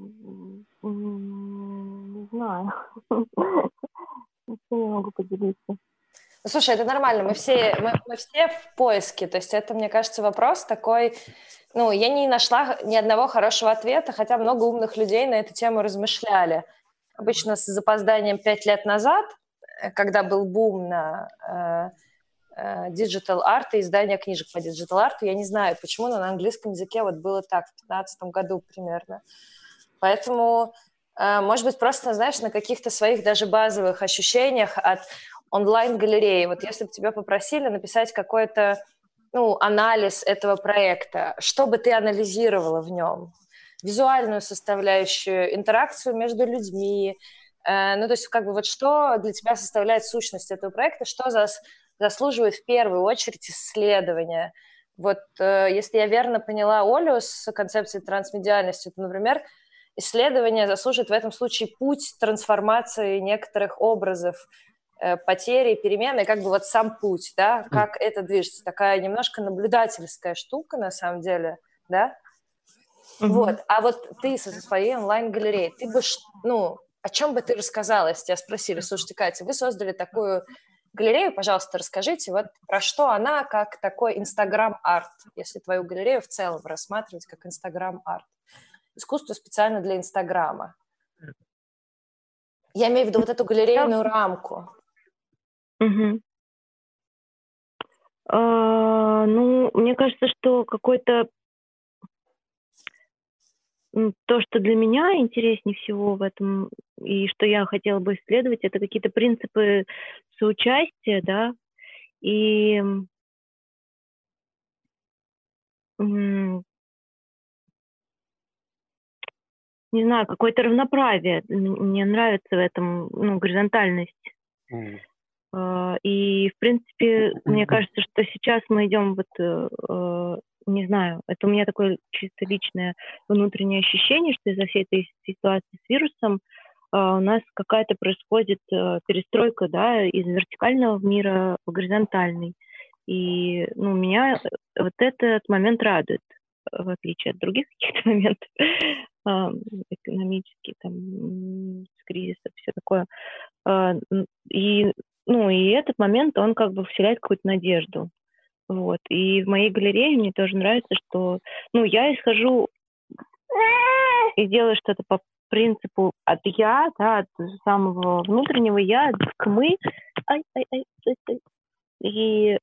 не знаю, ничего не могу поделиться. Ну, слушай, это нормально, мы все в поиске, то есть это, мне кажется, вопрос такой, ну, я не нашла ни одного хорошего ответа, хотя много умных людей на эту тему размышляли. Обычно с запозданием 5 лет назад, когда был бум на digital art и издание книжек по digital art, я не знаю почему, но на английском языке вот было так в 2015 году примерно. Поэтому, может быть, просто, знаешь, на каких-то своих даже базовых ощущениях от онлайн-галереи. Вот если бы тебя попросили написать какой-то, ну, анализ этого проекта, что бы ты анализировала в нем? Визуальную составляющую, интеракцию между людьми, ну, то есть как бы вот что для тебя составляет сущность этого проекта, что заслуживает в первую очередь исследования. Вот если я верно поняла Олю с концепцией трансмедиальности, то, например, исследование заслуживает в этом случае путь трансформации некоторых образов, потери, перемены, как бы вот сам путь, да, как это движется. Такая немножко наблюдательская штука, на самом деле, да? Вот. А вот ты со своей онлайн-галереей, ты бы, ну, о чем бы ты рассказала, если тебя спросили? Слушайте, Катя, вы создали такую галерею, пожалуйста, расскажите, вот про что она, как такой инстаграм-арт, если твою галерею в целом рассматривать как инстаграм-арт. Искусство специально для Инстаграма. Я имею в виду вот эту галерейную рамку. Ну, мне кажется, что какой-то то, что для меня интереснее всего в этом, и что я хотела бы исследовать, это какие-то принципы соучастия, да, и не знаю, какое-то равноправие. Мне нравится в этом, ну, горизонтальность. И, в принципе, мне кажется, что сейчас мы идем вот, не знаю, это у меня такое чисто личное внутреннее ощущение, что из-за всей этой ситуации с вирусом у нас какая-то происходит перестройка, да, из вертикального мира в горизонтальный. И, ну, меня вот этот момент радует, в отличие от других каких-то моментов, экономических, там, с кризиса, все такое. И, ну, и этот момент, он как бы вселяет какую-то надежду. Вот. И в моей галерее мне тоже нравится, что, ну, я исхожу и делаю что-то по принципу от я, да, от самого внутреннего я к мы. И,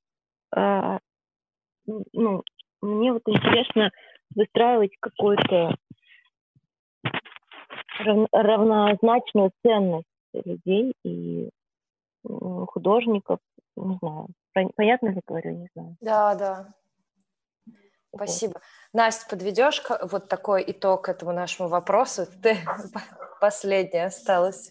ну, мне вот интересно выстраивать какую-то равнозначную ценность людей и художников, не знаю. Понятно ли говорю, не знаю. Да. Спасибо. Настя, подведешь вот такой итог этому нашему вопросу? Ты последняя осталась.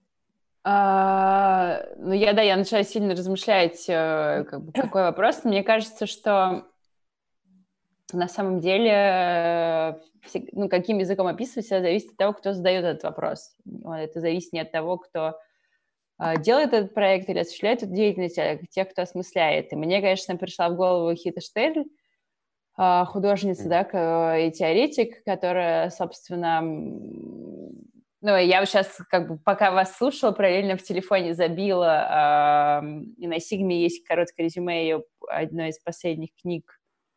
Ну, я начала сильно размышлять, как бы, какой вопрос. Мне кажется, что на самом деле, ну, каким языком описывать, это зависит от того, кто задает этот вопрос. Это зависит не от того, кто делает этот проект или осуществляет эту деятельность, а тех, кто осмысляет. И мне, конечно, пришла в голову Хита Штель, художница, да, и теоретик, которая, собственно... Ну, я вот сейчас, как бы, пока вас слушала, параллельно в телефоне забила, и на Сигме есть короткое резюме ее одной из последних книг,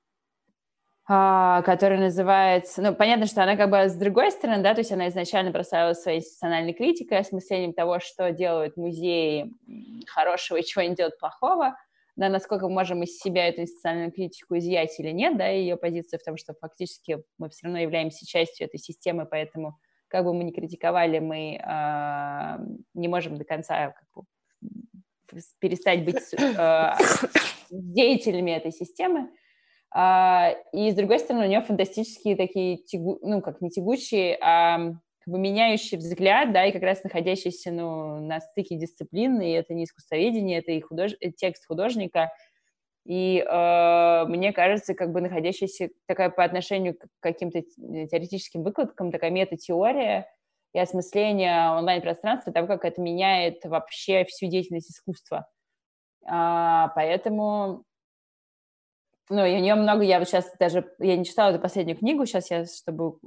которая называется... Ну, понятно, что она как бы с другой стороны, да, то есть она изначально прославила своей институциональной критикой, осмыслением того, что делают музеи хорошего и чего они делают плохого, да, насколько мы можем из себя эту институциональную критику изъять или нет, да, и ее позиция в том, что фактически мы все равно являемся частью этой системы, поэтому как бы мы ни критиковали, мы не можем до конца как бы перестать быть деятелями этой системы. И, с другой стороны, у нее фантастические такие, ну, как не тягучие, а как бы меняющий взгляд, да, и как раз находящийся, ну, на стыке дисциплин, и это не искусствоведение, это и текст художника, и мне кажется, как бы находящаяся такая по отношению к каким-то теоретическим выкладкам, такая мета-теория и осмысление онлайн-пространства, того, как это меняет вообще всю деятельность искусства. Поэтому, ну, и у нее много, я вот сейчас даже, я не читала эту последнюю книгу, сейчас я, чтобы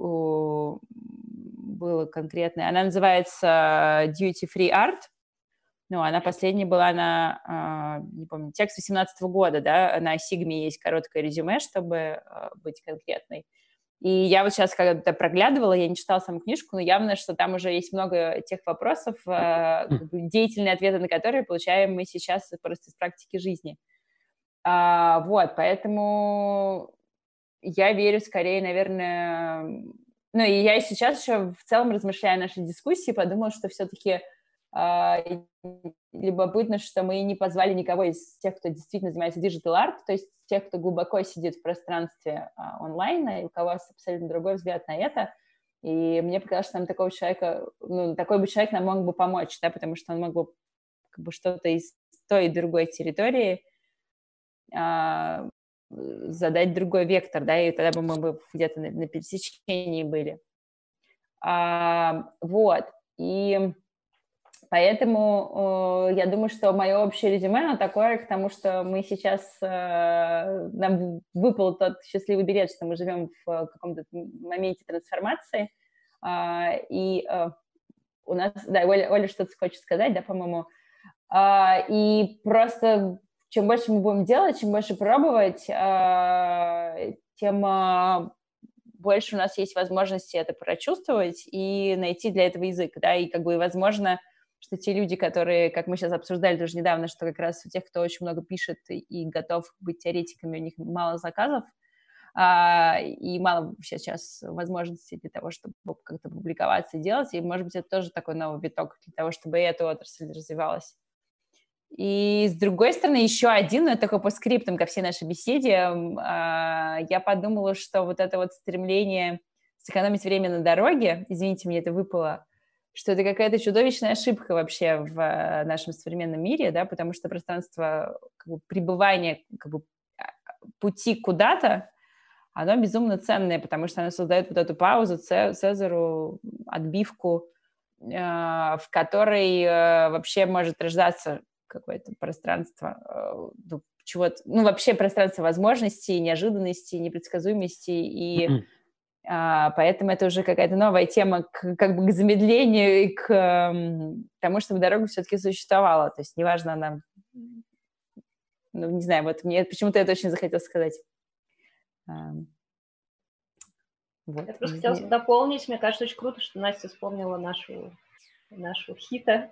было конкретное, она называется Duty Free Art. Ну, она последняя была на, не помню, текст 18 года, да, на Сигме есть короткое резюме, чтобы быть конкретной. И я вот сейчас когда-то проглядывала, я не читала саму книжку, но явно, что там уже есть много тех вопросов, деятельные ответы на которые получаем мы сейчас просто из практики жизни. Вот, поэтому я верю скорее, наверное... Ну, и я сейчас еще в целом, размышляя о нашей дискуссии, подумала, что все-таки любопытно, что мы не позвали никого из тех, кто действительно занимается digital art, то есть тех, кто глубоко сидит в пространстве онлайна, и у кого абсолютно другой взгляд на это. И мне показалось, что нам такого человека, ну, такой бы человек нам мог бы помочь, да, потому что он мог бы как бы что-то из той и другой территории задать другой вектор, да, и тогда бы мы бы где-то на пересечении были. Вот. И поэтому я думаю, что мое общее резюме, оно такое к тому, что мы сейчас, нам выпал тот счастливый билет, что мы живем в каком-то моменте трансформации, и у нас, да, Оля что-то хочет сказать, да, по-моему, и просто чем больше мы будем делать, чем больше пробовать, тем больше у нас есть возможности это прочувствовать и найти для этого язык, да, и как бы возможно, что те люди, которые, как мы сейчас обсуждали тоже недавно, что как раз у тех, кто очень много пишет и готов быть теоретиками, у них мало заказов и мало сейчас возможностей для того, чтобы как-то публиковаться и делать, и, может быть, это тоже такой новый виток для того, чтобы и эта отрасль развивалась. И, с другой стороны, еще один, но это такой по скриптам ко всей нашей беседе, я подумала, что вот это вот стремление сэкономить время на дороге, извините, мне это выпало, что это какая-то чудовищная ошибка вообще в нашем современном мире, да, потому что пространство как бы, пребывания, как бы, пути куда-то, оно безумно ценное, потому что оно создает вот эту паузу, цезару, отбивку, в которой вообще может рождаться какое-то пространство чего-то, ну, вообще пространство возможностей, неожиданностей, непредсказуемости, и поэтому это уже какая-то новая тема как бы к замедлению и к тому, чтобы дорога все-таки существовала, то есть неважно она, ну, не знаю, вот мне почему-то это очень захотелось сказать. Вот. Я просто хотела дополнить, мне кажется, очень круто, что Настя вспомнила нашу хита.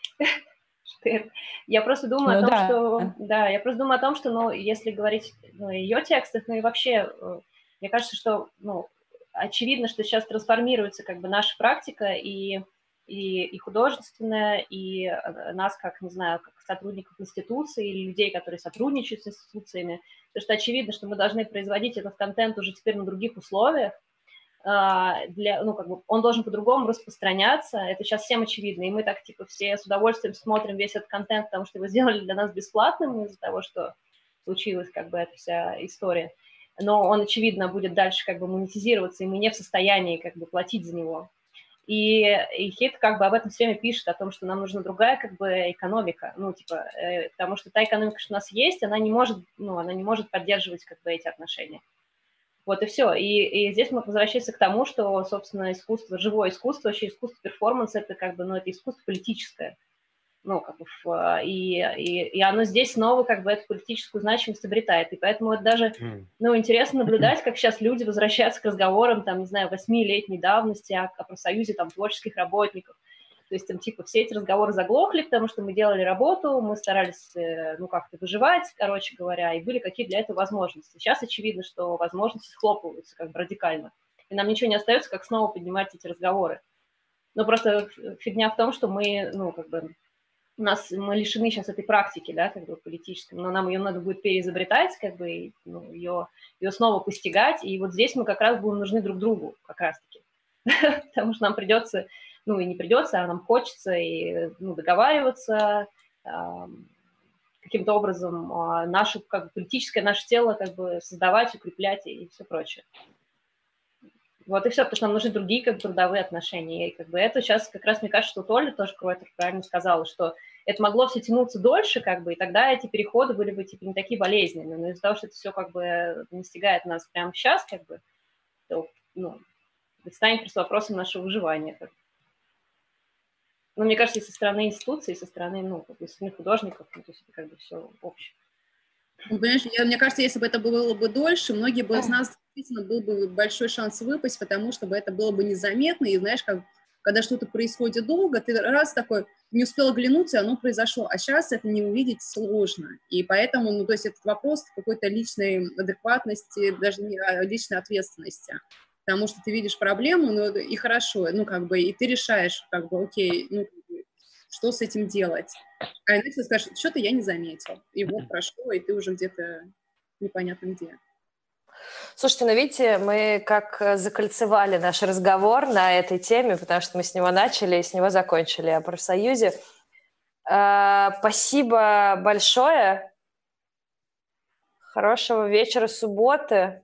Я просто думаю о том, что... Да, я просто думаю о том, что, ну, если говорить о ее текстах, ну, и вообще, мне кажется, что, ну, очевидно, что сейчас трансформируется как бы наша практика и художественная, и нас, как, не знаю, как сотрудников институций или людей, которые сотрудничают с институциями, потому что очевидно, что мы должны производить этот контент уже теперь на других условиях, ну, как бы он должен по-другому распространяться, это сейчас всем очевидно, и мы так, типа, все с удовольствием смотрим весь этот контент, потому что его сделали для нас бесплатным из-за того, что случилась, как бы, эта вся история, но он, очевидно, будет дальше, как бы, монетизироваться, и мы не в состоянии, как бы, платить за него. И Хит, как бы, об этом все время пишет, о том, что нам нужна другая, как бы, экономика, ну, типа, потому что та экономика, что у нас есть, она не может поддерживать, как бы, эти отношения. Вот и все. И здесь мы возвращаемся к тому, что, собственно, искусство, живое искусство, вообще искусство перформанс, это как бы, ну, это искусство политическое. Ну, как бы, и оно здесь снова как бы эту политическую значимость обретает. И поэтому это даже, ну, интересно наблюдать, как сейчас люди возвращаются к разговорам, там, не знаю, 8-летней давности о профсоюзе там творческих работников. То есть там типа все эти разговоры заглохли, потому что мы делали работу, мы старались, ну, как-то выживать, короче говоря, и были какие для этого возможности. Сейчас очевидно, что возможности схлопываются как бы радикально. И нам ничего не остается, как снова поднимать эти разговоры. Но просто фигня в том, что мы, ну, как бы, мы лишены сейчас этой практики, да, как бы политической, но нам ее надо будет переизобретать, как бы, ну, ее снова постигать, и вот здесь мы как раз будем нужны друг другу, как раз-таки, потому что нам придется, ну, и не придется, а нам хочется и, ну, договариваться, каким-то образом наше, как бы, политическое наше тело, как бы, создавать, укреплять и все прочее. Вот и все, потому что нам нужны другие как бы трудовые отношения. И как бы это сейчас как раз, мне кажется, что Толя тоже Кройтер правильно сказала, что это могло все тянуться дольше, как бы, и тогда эти переходы были бы типа не такие болезненные. Но из-за того, что это все как бы настигает нас прямо сейчас, как бы, то, ну, это станет просто вопросом нашего выживания. Как бы. Но мне кажется, и со стороны институций, и со стороны, ну, как бы, самих художников, ну, то есть это как бы все общее. Понимаешь, мне кажется, если бы это было бы дольше, многие бы из нас действительно был бы большой шанс выпасть, потому что это было бы незаметно, и знаешь, как, когда что-то происходит долго, ты раз такой не успел оглянуться, и оно произошло, а сейчас это не увидеть сложно, и поэтому, ну, то есть этот вопрос какой-то личной адекватности, даже не личной ответственности, потому что ты видишь проблему, ну, и хорошо, ну, как бы, и ты решаешь, как бы, окей, ну, что с этим делать. А иначе ты скажешь, что-то я не заметил. И вот прошло, и ты уже где-то непонятно где. Слушайте, ну видите, мы как закольцевали наш разговор на этой теме, потому что мы с него начали и с него закончили о профсоюзе. Спасибо большое. Хорошего вечера субботы.